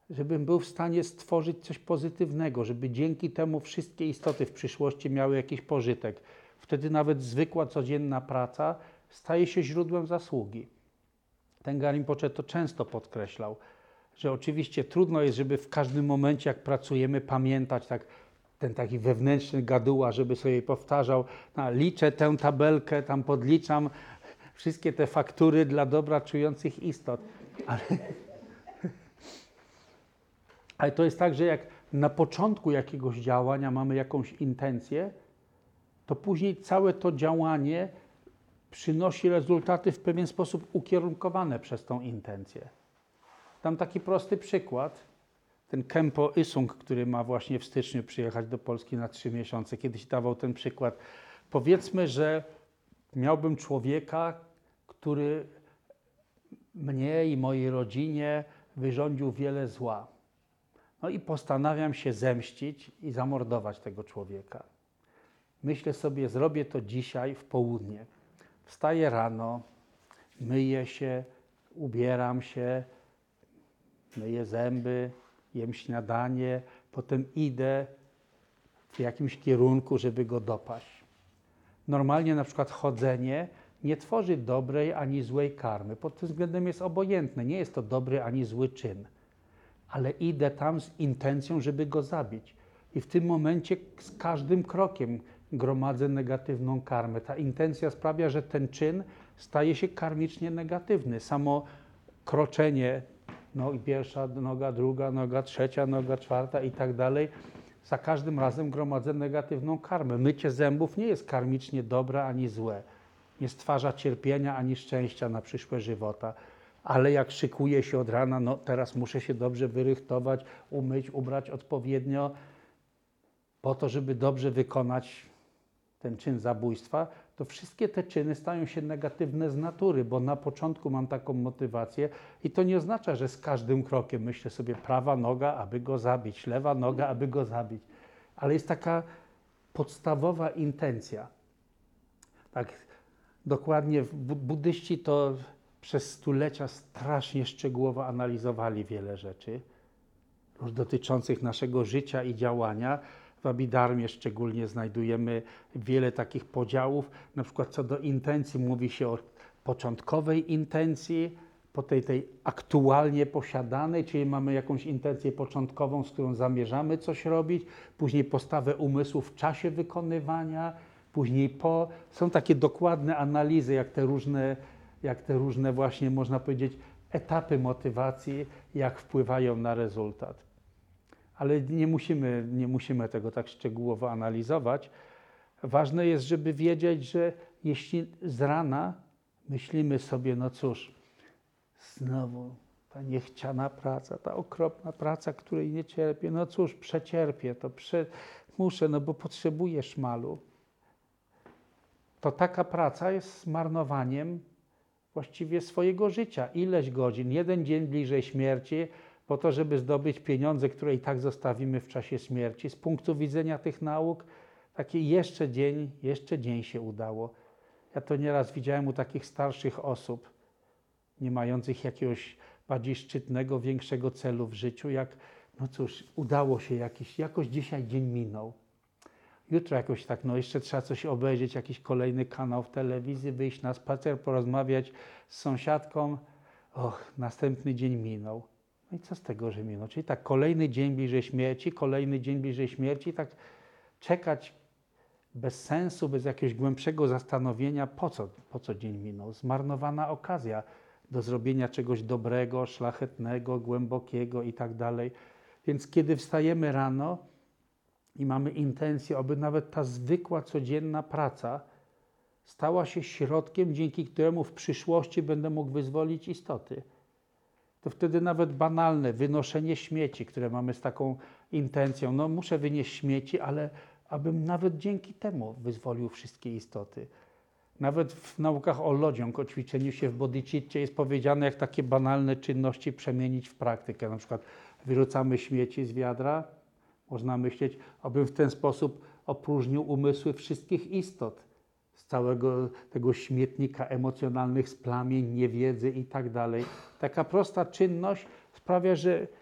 żebym był w stanie stworzyć coś pozytywnego, żeby dzięki temu wszystkie istoty w przyszłości miały jakiś pożytek. Wtedy nawet zwykła, codzienna praca staje się źródłem zasługi. Tenga Rinpoche to często podkreślał, że oczywiście trudno jest, żeby w każdym momencie, jak pracujemy, pamiętać ten taki wewnętrzny gaduła, żeby sobie powtarzał, liczę tę tabelkę, tam podliczam wszystkie te faktury dla dobra czujących istot. Ale to jest tak, że jak na początku jakiegoś działania mamy jakąś intencję, to później całe to działanie przynosi rezultaty w pewien sposób ukierunkowane przez tą intencję. Dam taki prosty przykład. Ten Khenpo Isung, który ma właśnie w styczniu przyjechać do Polski na 3 miesiące, kiedyś dawał ten przykład. Powiedzmy, że miałbym człowieka, który mnie i mojej rodzinie wyrządził wiele zła. No i postanawiam się zemścić i zamordować tego człowieka. Myślę sobie, zrobię to dzisiaj w południe. Wstaję rano, myję się, ubieram się, myję zęby, jem śniadanie, potem idę w jakimś kierunku, żeby go dopaść. Normalnie na przykład chodzenie nie tworzy dobrej ani złej karmy. Pod tym względem jest obojętne. Nie jest to dobry ani zły czyn. Ale idę tam z intencją, żeby go zabić. I w tym momencie z każdym krokiem gromadzę negatywną karmę. Ta intencja sprawia, że ten czyn staje się karmicznie negatywny. Samo kroczenie, pierwsza noga, druga noga, trzecia noga, czwarta i tak dalej, za każdym razem gromadzę negatywną karmę. Mycie zębów nie jest karmicznie dobre ani złe. Nie stwarza cierpienia ani szczęścia na przyszłe żywota. Ale jak szykuję się od rana, teraz muszę się dobrze wyrychtować, umyć, ubrać odpowiednio, po to, żeby dobrze wykonać ten czyn zabójstwa, to wszystkie te czyny stają się negatywne z natury, bo na początku mam taką motywację i to nie oznacza, że z każdym krokiem myślę sobie prawa noga, aby go zabić, lewa noga, aby go zabić. Ale jest taka podstawowa intencja. Tak dokładnie buddyści to przez stulecia strasznie szczegółowo analizowali wiele rzeczy dotyczących naszego życia i działania. W Abhidharmie szczególnie znajdujemy wiele takich podziałów. Na przykład co do intencji mówi się o początkowej intencji, po tej aktualnie posiadanej, czyli mamy jakąś intencję początkową, z którą zamierzamy coś robić, później postawę umysłu w czasie wykonywania, później po. Są takie dokładne analizy, jak te różne właśnie, można powiedzieć, etapy motywacji, jak wpływają na rezultat. Ale nie musimy tego tak szczegółowo analizować. Ważne jest, żeby wiedzieć, że jeśli z rana myślimy sobie, znowu ta niechciana praca, ta okropna praca, której nie cierpię, przecierpię to, muszę, bo potrzebuję szmalu. To taka praca jest zmarnowaniem właściwie swojego życia. Ileś godzin, 1 dzień bliżej śmierci, po to, żeby zdobyć pieniądze, które i tak zostawimy w czasie śmierci. Z punktu widzenia tych nauk, taki jeszcze dzień się udało. Ja to nieraz widziałem u takich starszych osób, nie mających jakiegoś bardziej szczytnego, większego celu w życiu, jak, udało się jakoś dzisiaj dzień minął. Jutro jakoś tak, jeszcze trzeba coś obejrzeć, jakiś kolejny kanał w telewizji, wyjść na spacer, porozmawiać z sąsiadką. Następny dzień minął. No i co z tego, że minął? Czyli tak kolejny dzień bliżej śmierci, tak czekać bez sensu, bez jakiegoś głębszego zastanowienia, po co dzień minął? Zmarnowana okazja do zrobienia czegoś dobrego, szlachetnego, głębokiego i tak dalej. Więc kiedy wstajemy rano i mamy intencję, aby nawet ta zwykła, codzienna praca stała się środkiem, dzięki któremu w przyszłości będę mógł wyzwolić istoty, to wtedy nawet banalne wynoszenie śmieci, które mamy z taką intencją, muszę wynieść śmieci, ale abym nawet dzięki temu wyzwolił wszystkie istoty. Nawet w naukach o lodziąg, o ćwiczeniu się w bodhicitcie jest powiedziane, jak takie banalne czynności przemienić w praktykę. Na przykład wyrzucamy śmieci z wiadra, można myśleć, abym w ten sposób opróżnił umysły wszystkich istot z całego tego śmietnika emocjonalnych splamień, niewiedzy i tak dalej. Taka prosta czynność sprawia, że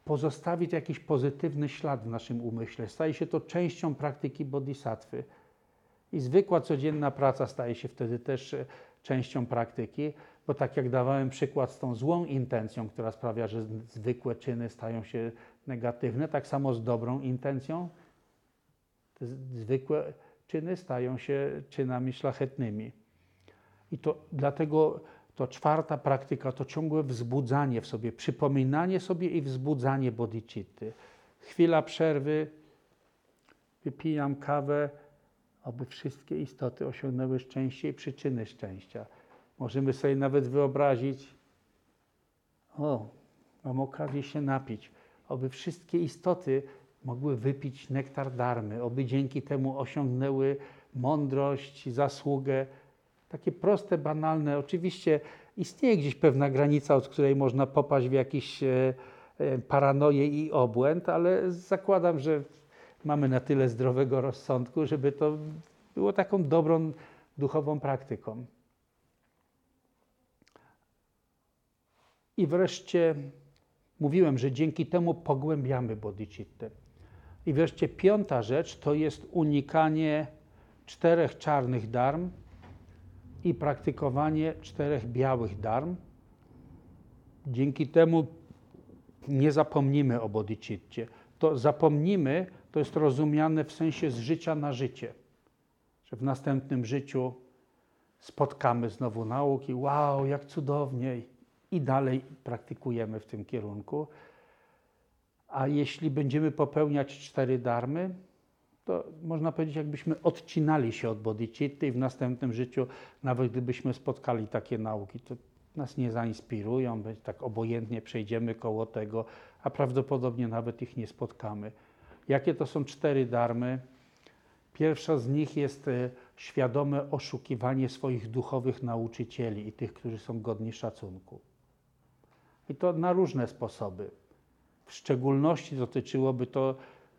pozostawić jakiś pozytywny ślad w naszym umyśle. Staje się to częścią praktyki bodhisattwy. I zwykła, codzienna praca staje się wtedy też częścią praktyki, bo tak jak dawałem przykład z tą złą intencją, która sprawia, że zwykłe czyny stają się negatywne, tak samo z dobrą intencją te zwykłe czyny stają się czynami szlachetnymi. I to dlatego to czwarta praktyka to ciągłe wzbudzanie w sobie, przypominanie sobie i wzbudzanie bodhicitty. Chwila przerwy, wypijam kawę, aby wszystkie istoty osiągnęły szczęście i przyczyny szczęścia. Możemy sobie nawet wyobrazić, mam okazję się napić, aby wszystkie istoty mogły wypić nektar dharmy, aby dzięki temu osiągnęły mądrość, zasługę. Takie proste, banalne. Oczywiście istnieje gdzieś pewna granica, od której można popaść w jakiś paranoję i obłęd, ale zakładam, że mamy na tyle zdrowego rozsądku, żeby to było taką dobrą, duchową praktyką. I wreszcie mówiłem, że dzięki temu pogłębiamy bodhicittę. I wreszcie piąta rzecz to jest unikanie 4 czarnych dharm i praktykowanie 4 białych dharm. Dzięki temu nie zapomnimy o bodhicitcie. To zapomnimy, to jest rozumiane w sensie z życia na życie. Że w następnym życiu spotkamy znowu nauki, wow, jak cudownie, i dalej praktykujemy w tym kierunku. A jeśli będziemy popełniać 4 dharmy, to można powiedzieć, jakbyśmy odcinali się od bodhicitty i w następnym życiu, nawet gdybyśmy spotkali takie nauki, to nas nie zainspirują, tak obojętnie przejdziemy koło tego, a prawdopodobnie nawet ich nie spotkamy. Jakie to są 4 dharmy? Pierwsza z nich jest świadome oszukiwanie swoich duchowych nauczycieli i tych, którzy są godni szacunku. I to na różne sposoby. W szczególności dotyczyłoby to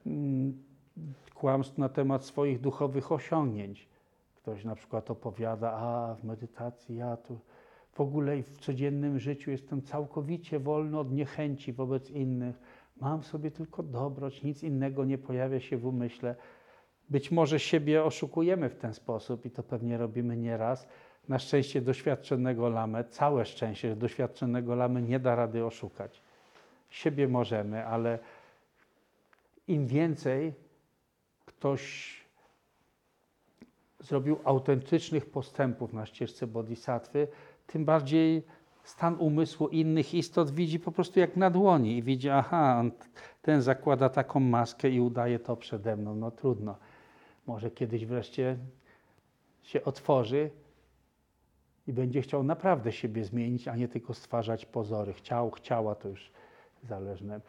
kłamstw na temat swoich duchowych osiągnięć. Ktoś na przykład opowiada, w medytacji ja tu w ogóle w codziennym życiu jestem całkowicie wolny od niechęci wobec innych. Mam sobie tylko dobroć, nic innego nie pojawia się w umyśle. Być może siebie oszukujemy w ten sposób i to pewnie robimy nieraz. Na szczęście doświadczonego lamę, całe szczęście, że doświadczonego lamy nie da rady oszukać. Siebie możemy, ale im więcej ktoś zrobił autentycznych postępów na ścieżce bodhisattwy, tym bardziej stan umysłu innych istot widzi po prostu jak na dłoni i widzi, ten zakłada taką maskę i udaje to przede mną, no trudno. Może kiedyś wreszcie się otworzy i będzie chciał naprawdę siebie zmienić, a nie tylko stwarzać pozory. Chciała, to już zależne.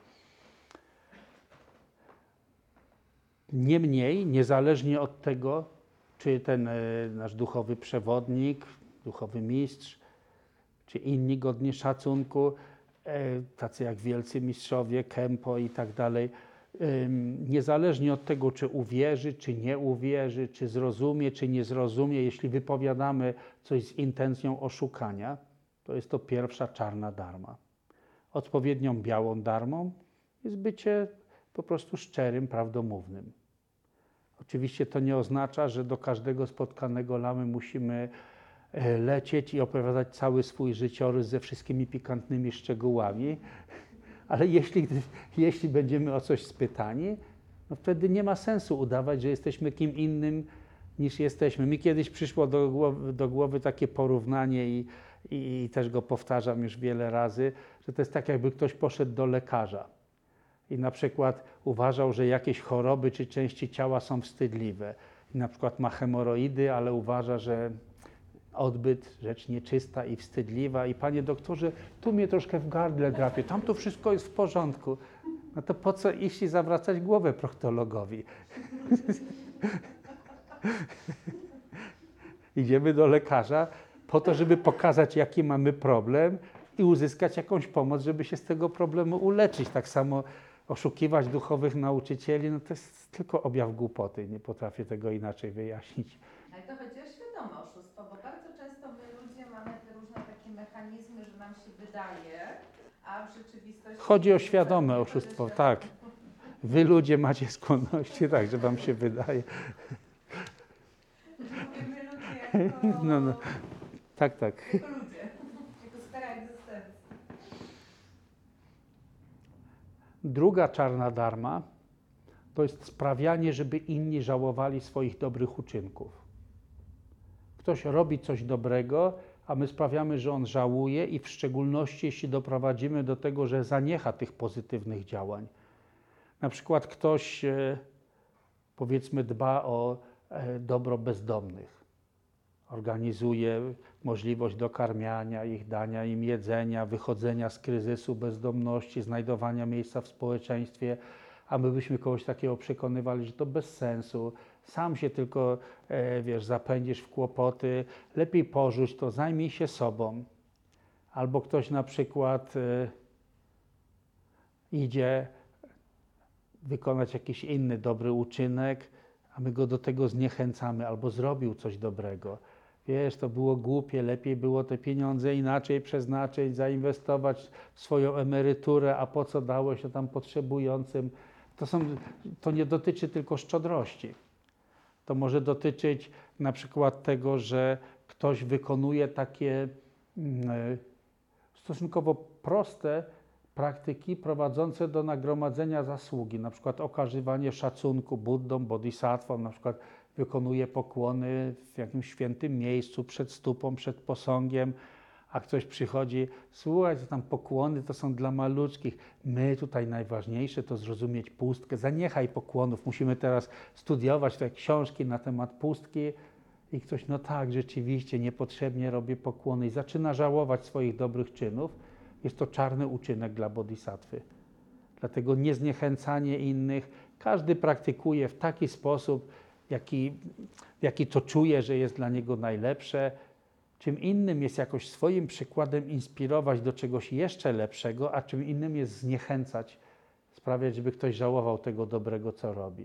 Niemniej, niezależnie od tego, czy ten nasz duchowy przewodnik, duchowy mistrz, czy inni godni szacunku, tacy jak wielcy mistrzowie, Kempo i tak dalej, niezależnie od tego, czy uwierzy, czy nie uwierzy, czy zrozumie, czy nie zrozumie, jeśli wypowiadamy coś z intencją oszukania, to jest to pierwsza czarna dharma. Odpowiednią białą dharmą jest bycie po prostu szczerym, prawdomównym. Oczywiście to nie oznacza, że do każdego spotkanego lamy musimy lecieć i opowiadać cały swój życiorys ze wszystkimi pikantnymi szczegółami, ale jeśli będziemy o coś spytani, no wtedy nie ma sensu udawać, że jesteśmy kim innym niż jesteśmy. Mi kiedyś przyszło do głowy takie porównanie i też go powtarzam już wiele razy, że to jest tak, jakby ktoś poszedł do lekarza i na przykład uważał, że jakieś choroby czy części ciała są wstydliwe. I na przykład ma hemoroidy, ale uważa, że odbyt, rzecz nieczysta i wstydliwa i panie doktorze, tu mnie troszkę w gardle drapie, tam to wszystko jest w porządku. No to po co iść i zawracać głowę proktologowi? Idziemy do lekarza po to, żeby pokazać, jaki mamy problem i uzyskać jakąś pomoc, żeby się z tego problemu uleczyć. Tak samo oszukiwać duchowych nauczycieli, no to jest tylko objaw głupoty. Nie potrafię tego inaczej wyjaśnić. Ale to chodzi o świadome oszustwo, bo bardzo często my ludzie mamy te różne takie mechanizmy, że nam się wydaje, A w rzeczywistości... Chodzi o świadome to oszustwo, też tak. Wy ludzie macie skłonności, tak, że wam się wydaje. Mówię, my ludzie jako, No. Tak. jako ludzie, jako sfera egzystencji. Druga czarna dharma to jest sprawianie, żeby inni żałowali swoich dobrych uczynków. Ktoś robi coś dobrego, a my sprawiamy, że on żałuje i w szczególności jeśli doprowadzimy do tego, że zaniecha tych pozytywnych działań. Na przykład ktoś, powiedzmy, dba o dobro bezdomnych. Organizuje możliwość dokarmiania ich, dania im jedzenia, wychodzenia z kryzysu bezdomności, znajdowania miejsca w społeczeństwie, a my byśmy kogoś takiego przekonywali, że to bez sensu, sam się tylko, zapędzisz w kłopoty, lepiej porzuć to, zajmij się sobą. Albo ktoś na przykład idzie wykonać jakiś inny dobry uczynek, a my go do tego zniechęcamy, albo zrobił coś dobrego. Wiesz, to było głupie, lepiej było te pieniądze inaczej przeznaczyć, zainwestować w swoją emeryturę, a po co dałeś to tam potrzebującym. To nie dotyczy tylko szczodrości. To może dotyczyć na przykład tego, że ktoś wykonuje takie stosunkowo proste praktyki prowadzące do nagromadzenia zasługi, na przykład okazywanie szacunku Buddom, bodhisattwom, na przykład wykonuje pokłony w jakimś świętym miejscu, przed stupą, przed posągiem, a ktoś przychodzi, słuchaj, to tam pokłony to są dla maluczkich, my tutaj najważniejsze to zrozumieć pustkę, zaniechaj pokłonów, musimy teraz studiować te książki na temat pustki i ktoś, no tak, rzeczywiście niepotrzebnie robię pokłony i zaczyna żałować swoich dobrych czynów. Jest to czarny uczynek dla bodhisattwy. Dlatego niezniechęcanie innych, każdy praktykuje w taki sposób, jaki to czuje, że jest dla niego najlepsze. Czym innym jest jakoś swoim przykładem inspirować do czegoś jeszcze lepszego, a czym innym jest zniechęcać, sprawiać, żeby ktoś żałował tego dobrego, co robi.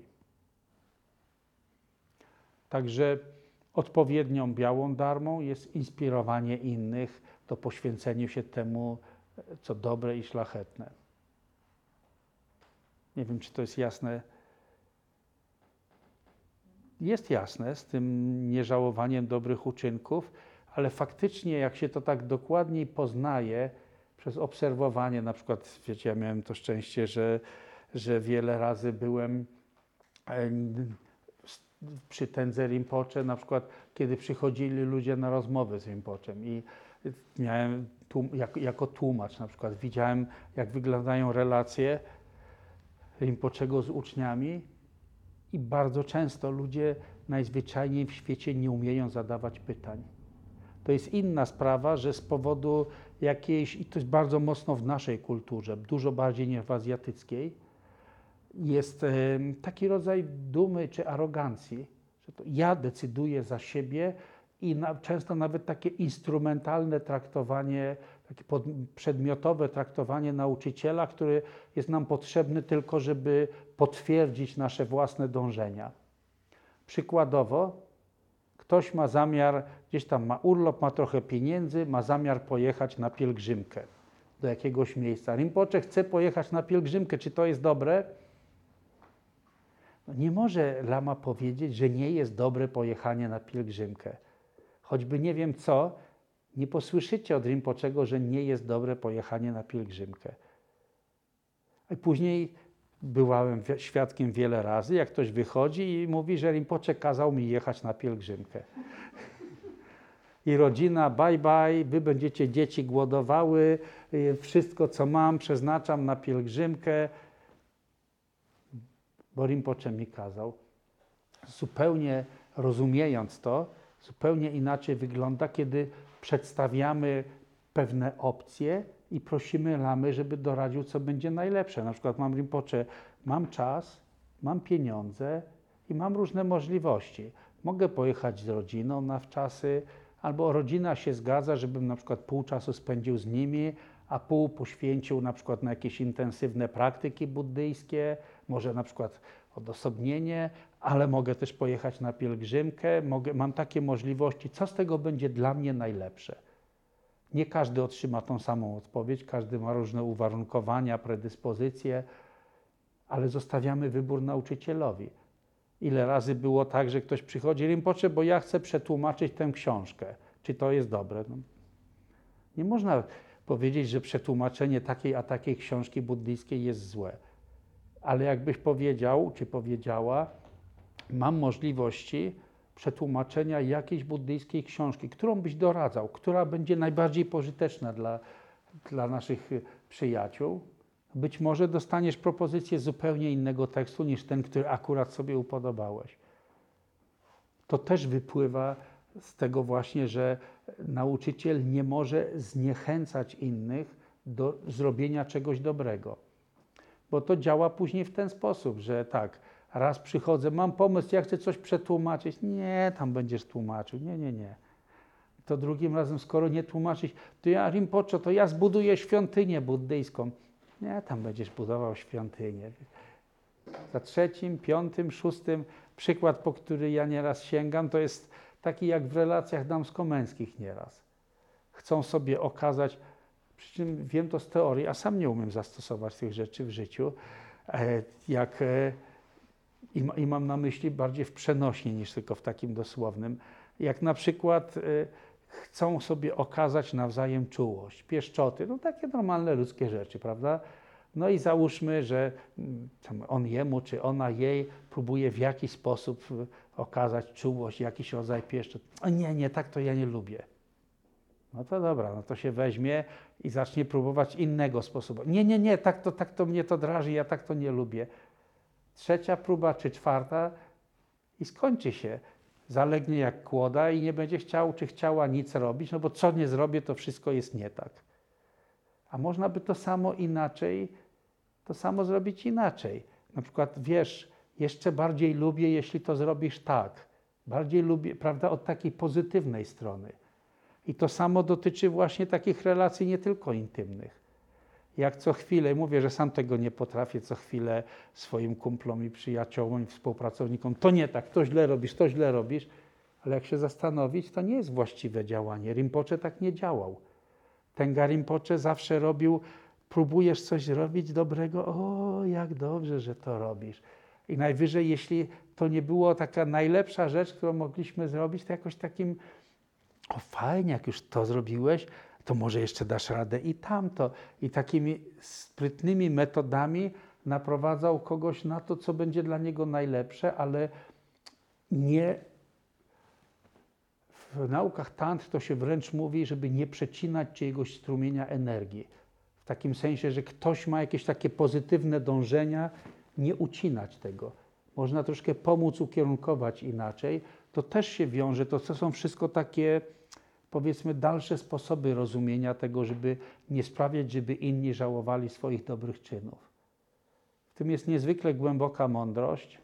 Także odpowiednią białą dharmą jest inspirowanie innych do poświęcenia się temu, co dobre i szlachetne. Nie wiem, czy to jest jasne. Jest jasne z tym nieżałowaniem dobrych uczynków, ale faktycznie jak się to tak dokładniej poznaje przez obserwowanie, na przykład, wiecie, ja miałem to szczęście, że wiele razy byłem przy Tendze Rinpoche, na przykład kiedy przychodzili ludzie na rozmowy z Rinpochem i miałem jako tłumacz na przykład, widziałem jak wyglądają relacje Rinpochego z uczniami i bardzo często ludzie najzwyczajniej w świecie nie umieją zadawać pytań. To jest inna sprawa, że z powodu jakiejś, i to jest bardzo mocno w naszej kulturze, dużo bardziej niż w azjatyckiej, jest taki rodzaj dumy czy arogancji, że to ja decyduję za siebie i często nawet takie instrumentalne traktowanie, takie przedmiotowe traktowanie nauczyciela, który jest nam potrzebny tylko, żeby potwierdzić nasze własne dążenia. Przykładowo, ktoś ma zamiar, gdzieś tam ma urlop, ma trochę pieniędzy, ma zamiar pojechać na pielgrzymkę do jakiegoś miejsca. Rinpoche chce pojechać na pielgrzymkę, czy to jest dobre? No nie może lama powiedzieć, że nie jest dobre pojechanie na pielgrzymkę. Choćby nie wiem co, nie posłyszycie od Rinpochego, że nie jest dobre pojechanie na pielgrzymkę. I później byłem świadkiem wiele razy, jak ktoś wychodzi i mówi, że Rinpoche kazał mi jechać na pielgrzymkę. I rodzina, bye bye, wy będziecie dzieci głodowały, wszystko co mam przeznaczam na pielgrzymkę, bo Rinpoche mi kazał. Zupełnie rozumiejąc to, zupełnie inaczej wygląda, kiedy przedstawiamy pewne opcje i prosimy lamy, żeby doradził, co będzie najlepsze. Na przykład mam Rinpoche, mam czas, mam pieniądze i mam różne możliwości. Mogę pojechać z rodziną na wczasy, albo rodzina się zgadza, żebym na przykład pół czasu spędził z nimi, a pół poświęcił na przykład na jakieś intensywne praktyki buddyjskie, może na przykład odosobnienie, ale mogę też pojechać na pielgrzymkę, mam takie możliwości, co z tego będzie dla mnie najlepsze. Nie każdy otrzyma tą samą odpowiedź, każdy ma różne uwarunkowania, predyspozycje, ale zostawiamy wybór nauczycielowi. Ile razy było tak, że ktoś przychodzi, Rinpoche, bo ja chcę przetłumaczyć tę książkę. Czy to jest dobre? No, nie można powiedzieć, że przetłumaczenie takiej a takiej książki buddyjskiej jest złe. Ale jakbyś powiedział, czy powiedziała, mam możliwości przetłumaczenia jakiejś buddyjskiej książki, którą byś doradzał, która będzie najbardziej pożyteczna dla naszych przyjaciół. Być może dostaniesz propozycję zupełnie innego tekstu niż ten, który akurat sobie upodobałeś. To też wypływa z tego właśnie, że nauczyciel nie może zniechęcać innych do zrobienia czegoś dobrego. Bo to działa później w ten sposób, że tak, raz przychodzę, mam pomysł, ja chcę coś przetłumaczyć. Nie, tam będziesz tłumaczył. Nie. To drugim razem, skoro nie tłumaczyć, to ja Rinpoche, to ja zbuduję świątynię buddyjską. Nie, tam będziesz budował świątynię. Za trzecim, piątym, szóstym przykład, po który ja nieraz sięgam, to jest taki jak w relacjach damsko-męskich nieraz. Chcą sobie okazać, przy czym wiem to z teorii, a sam nie umiem zastosować tych rzeczy w życiu, i mam na myśli bardziej w przenośni niż tylko w takim dosłownym. Jak na przykład chcą sobie okazać nawzajem czułość, pieszczoty, no takie normalne ludzkie rzeczy, prawda? No i załóżmy, że on jemu czy ona jej próbuje w jakiś sposób okazać czułość, jakiś rodzaj pieszczot. O nie, tak to ja nie lubię. No to dobra, no to się weźmie i zacznie próbować innego sposobu. Nie, tak to mnie to draży, ja tak to nie lubię. Trzecia próba czy czwarta i skończy się. Zalegnie jak kłoda i nie będzie chciał czy chciała nic robić, no bo co nie zrobię, to wszystko jest nie tak. A można by to samo zrobić inaczej. Na przykład, wiesz, jeszcze bardziej lubię, jeśli to zrobisz tak. Bardziej lubię, prawda, od takiej pozytywnej strony. I to samo dotyczy właśnie takich relacji nie tylko intymnych. Jak co chwilę, mówię, że sam tego nie potrafię, co chwilę swoim kumplom i przyjaciołom i współpracownikom, to nie tak, to źle robisz, ale jak się zastanowić, to nie jest właściwe działanie. Rinpoche tak nie działał. Tenga Rinpoche zawsze robił, próbujesz coś zrobić dobrego, o jak dobrze, że to robisz. I najwyżej, jeśli to nie było taka najlepsza rzecz, którą mogliśmy zrobić, to jakoś takim, o fajnie, jak już to zrobiłeś, to może jeszcze dasz radę i tamto. I takimi sprytnymi metodami naprowadzał kogoś na to, co będzie dla niego najlepsze, ale nie. W naukach tantr to się wręcz mówi, żeby nie przecinać czyjegoś strumienia energii. W takim sensie, że ktoś ma jakieś takie pozytywne dążenia, nie ucinać tego. Można troszkę pomóc ukierunkować inaczej. To też się wiąże, to są wszystko takie, powiedzmy, dalsze sposoby rozumienia tego, żeby nie sprawiać, żeby inni żałowali swoich dobrych czynów. W tym jest niezwykle głęboka mądrość.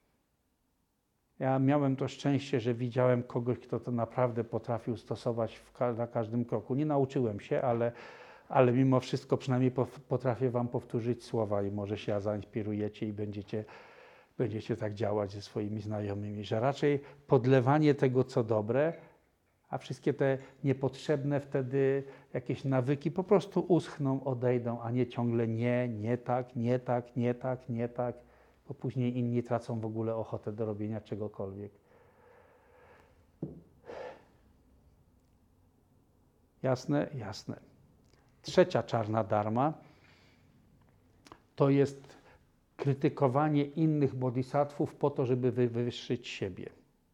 Ja miałem to szczęście, że widziałem kogoś, kto to naprawdę potrafił stosować na każdym kroku. Nie nauczyłem się, ale mimo wszystko przynajmniej potrafię wam powtórzyć słowa i może się zainspirujecie i będziecie tak działać ze swoimi znajomymi, że raczej podlewanie tego, co dobre, a wszystkie te niepotrzebne wtedy jakieś nawyki po prostu uschną, odejdą, a nie ciągle nie tak, bo później inni tracą w ogóle ochotę do robienia czegokolwiek. Jasne? Jasne. Trzecia czarna dharma to jest krytykowanie innych bodhisattvów po to, żeby wywyższyć siebie.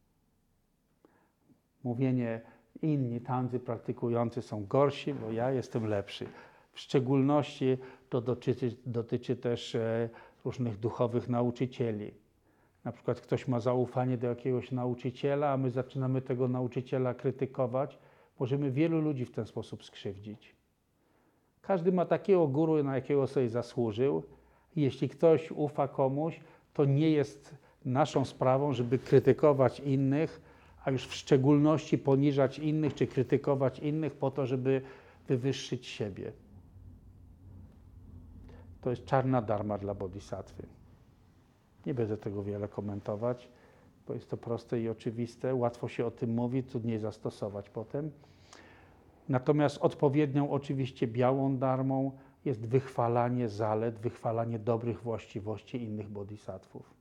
Mówienie, inni tamty praktykujący są gorsi, bo ja jestem lepszy. W szczególności to dotyczy też różnych duchowych nauczycieli. Na przykład ktoś ma zaufanie do jakiegoś nauczyciela, a my zaczynamy tego nauczyciela krytykować. Możemy wielu ludzi w ten sposób skrzywdzić. Każdy ma takiego guru, na jakiego sobie zasłużył. I jeśli ktoś ufa komuś, to nie jest naszą sprawą, żeby krytykować innych, a już w szczególności poniżać innych, czy krytykować innych po to, żeby wywyższyć siebie. To jest czarna dharma dla bodhisattwy. Nie będę tego wiele komentować, bo jest to proste i oczywiste. Łatwo się o tym mówi, trudniej zastosować potem. Natomiast odpowiednią oczywiście białą dharmą jest wychwalanie zalet, wychwalanie dobrych właściwości innych bodhisattvów.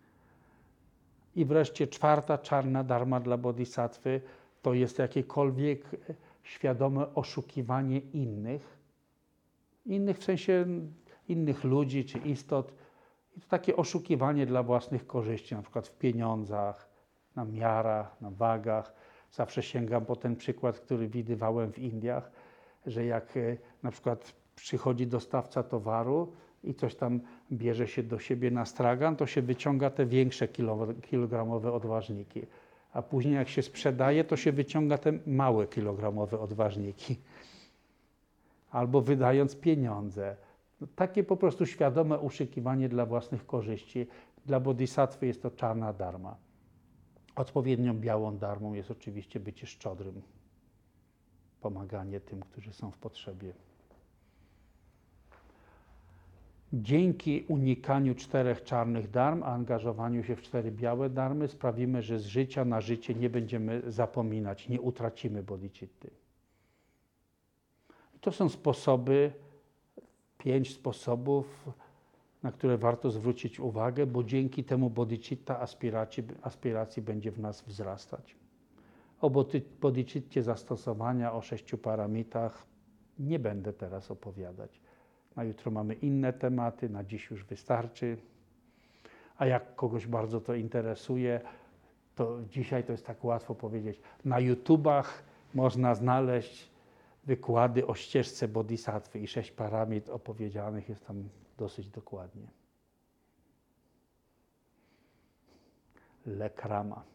I wreszcie czwarta czarna dharma dla bodhisattwy to jest jakiekolwiek świadome oszukiwanie innych w sensie innych ludzi czy istot. I to takie oszukiwanie dla własnych korzyści, na przykład w pieniądzach, na miarach, na wagach. Zawsze sięgam po ten przykład, który widywałem w Indiach, że jak na przykład przychodzi dostawca towaru i coś tam bierze się do siebie na stragan, to się wyciąga te większe kilogramowe odważniki. A później jak się sprzedaje, to się wyciąga te małe kilogramowe odważniki. Albo wydając pieniądze. Takie po prostu świadome oszukiwanie dla własnych korzyści. Dla bodhisattwy jest to czarna dharma. Odpowiednią białą dharmą jest oczywiście bycie szczodrym. Pomaganie tym, którzy są w potrzebie. Dzięki unikaniu 4 czarnych dharm, a angażowaniu się w 4 białe dharmy sprawimy, że z życia na życie nie będziemy zapominać, nie utracimy bodhicitty. To są sposoby, 5 sposobów, na które warto zwrócić uwagę, bo dzięki temu bodhicitta aspiracji będzie w nas wzrastać. O bodhicitcie zastosowania, o 6 paramitach nie będę teraz opowiadać. Na jutro mamy inne tematy, na dziś już wystarczy. A jak kogoś bardzo to interesuje, to dzisiaj to jest tak łatwo powiedzieć. Na YouTubach można znaleźć wykłady o ścieżce bodhisattwy i 6 paramit opowiedzianych jest tam dosyć dokładnie. Lekrama.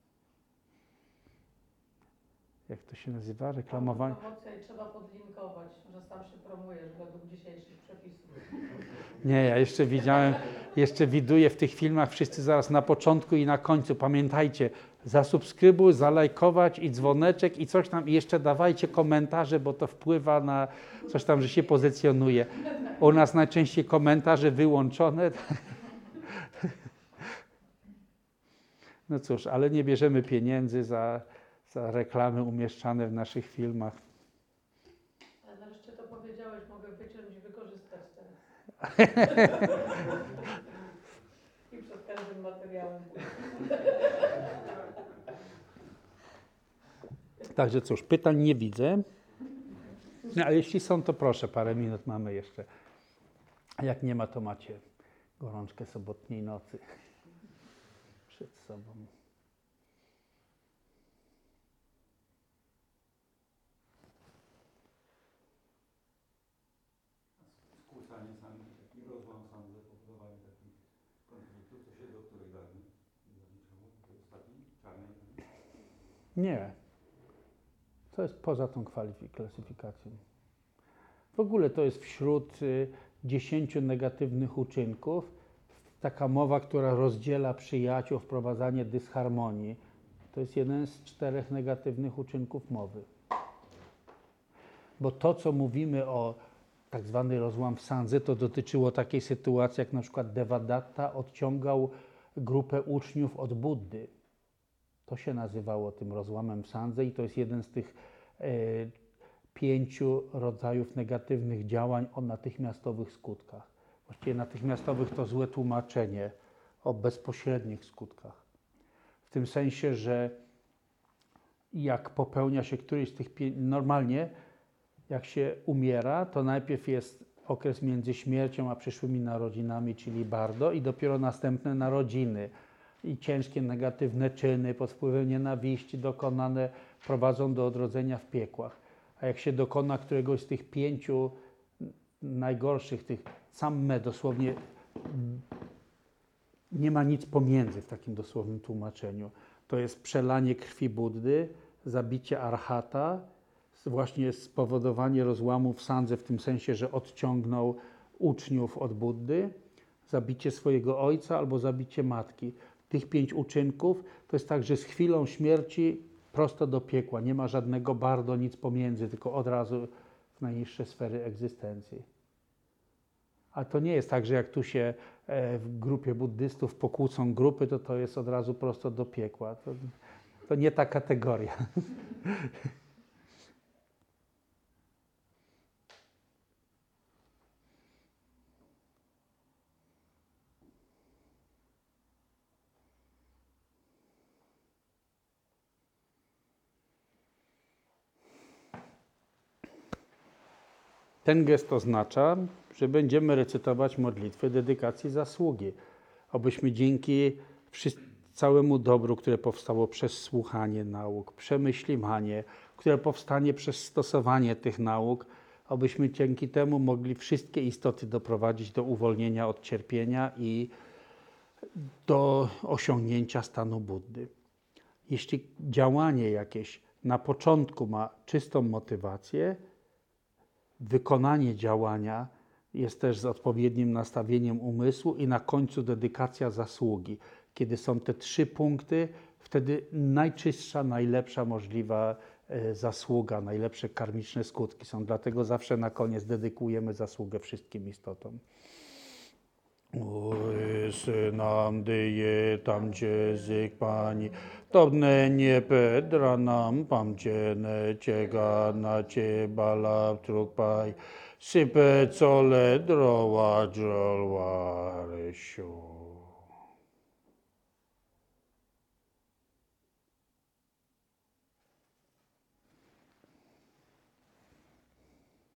Jak to się nazywa? Reklamowanie? Promocja i trzeba podlinkować, że sam się promujesz według dzisiejszych przepisów. Nie, ja jeszcze widziałem, jeszcze widuję w tych filmach wszyscy zaraz na początku i na końcu. Pamiętajcie, zasubskrybuj, zalajkować i dzwoneczek i coś tam i jeszcze dawajcie komentarze, bo to wpływa na coś tam, że się pozycjonuje. U nas najczęściej komentarze wyłączone. No cóż, ale nie bierzemy pieniędzy za reklamy umieszczane w naszych filmach. Ale nareszcie to powiedziałeś, mogę wyciąć i wykorzystać teraz. I przed każdym materiałem. Także cóż, pytań nie widzę. No, a jeśli są, to proszę, parę minut mamy jeszcze. A jak nie ma, to macie gorączkę sobotniej nocy przed sobą. Skłócanie samych, taki rozłam sądzę, powodowanie takich konfliktów, to się do której dawni zaliczało? Do ostatniej? Czarnej? Nie. To jest poza tą klasyfikacją. W ogóle to jest wśród 10 negatywnych uczynków taka mowa, która rozdziela przyjaciół, wprowadzanie dysharmonii. To jest jeden z 4 negatywnych uczynków mowy. Bo to, co mówimy o tak zwany rozłam w sandze, to dotyczyło takiej sytuacji, jak na przykład Devadatta odciągał grupę uczniów od Buddy. To się nazywało tym rozłamem w sandze i to jest jeden z tych 5 rodzajów negatywnych działań o natychmiastowych skutkach. Właściwie natychmiastowych to złe tłumaczenie o bezpośrednich skutkach. W tym sensie, że jak popełnia się któryś z tych 5, normalnie jak się umiera, to najpierw jest okres między śmiercią a przyszłymi narodzinami, czyli bardo, i dopiero następne narodziny. I ciężkie negatywne czyny pod wpływem nienawiści dokonane prowadzą do odrodzenia w piekłach. A jak się dokona któregoś z tych 5 najgorszych, tych samme dosłownie, nie ma nic pomiędzy w takim dosłownym tłumaczeniu. To jest przelanie krwi Buddy, zabicie arhata, właśnie spowodowanie rozłamu w sandze w tym sensie, że odciągnął uczniów od Buddy, zabicie swojego ojca albo zabicie matki. Tych 5 uczynków to jest tak, że z chwilą śmierci prosto do piekła. Nie ma żadnego bardo, nic pomiędzy, tylko od razu w najniższe sfery egzystencji. A to nie jest tak, że jak tu się w grupie buddystów pokłócą grupy, to jest od razu prosto do piekła. To nie ta kategoria. Ten gest oznacza, że będziemy recytować modlitwy dedykacji zasługi, abyśmy dzięki całemu dobru, które powstało przez słuchanie nauk, przemyśliwanie, które powstanie przez stosowanie tych nauk, abyśmy dzięki temu mogli wszystkie istoty doprowadzić do uwolnienia od cierpienia i do osiągnięcia stanu Buddy. Jeśli działanie jakieś na początku ma czystą motywację, wykonanie działania jest też z odpowiednim nastawieniem umysłu i na końcu dedykacja zasługi. Kiedy są te 3 punkty, wtedy najczystsza, najlepsza możliwa zasługa, najlepsze karmiczne skutki są. Dlatego zawsze na koniec dedykujemy zasługę wszystkim istotom. Nam dyje tam gdzie zyk pani, tobne nie pedra nam pamciene ciega na cie bala trukpaj, sype cole droła dżolwa rysiu.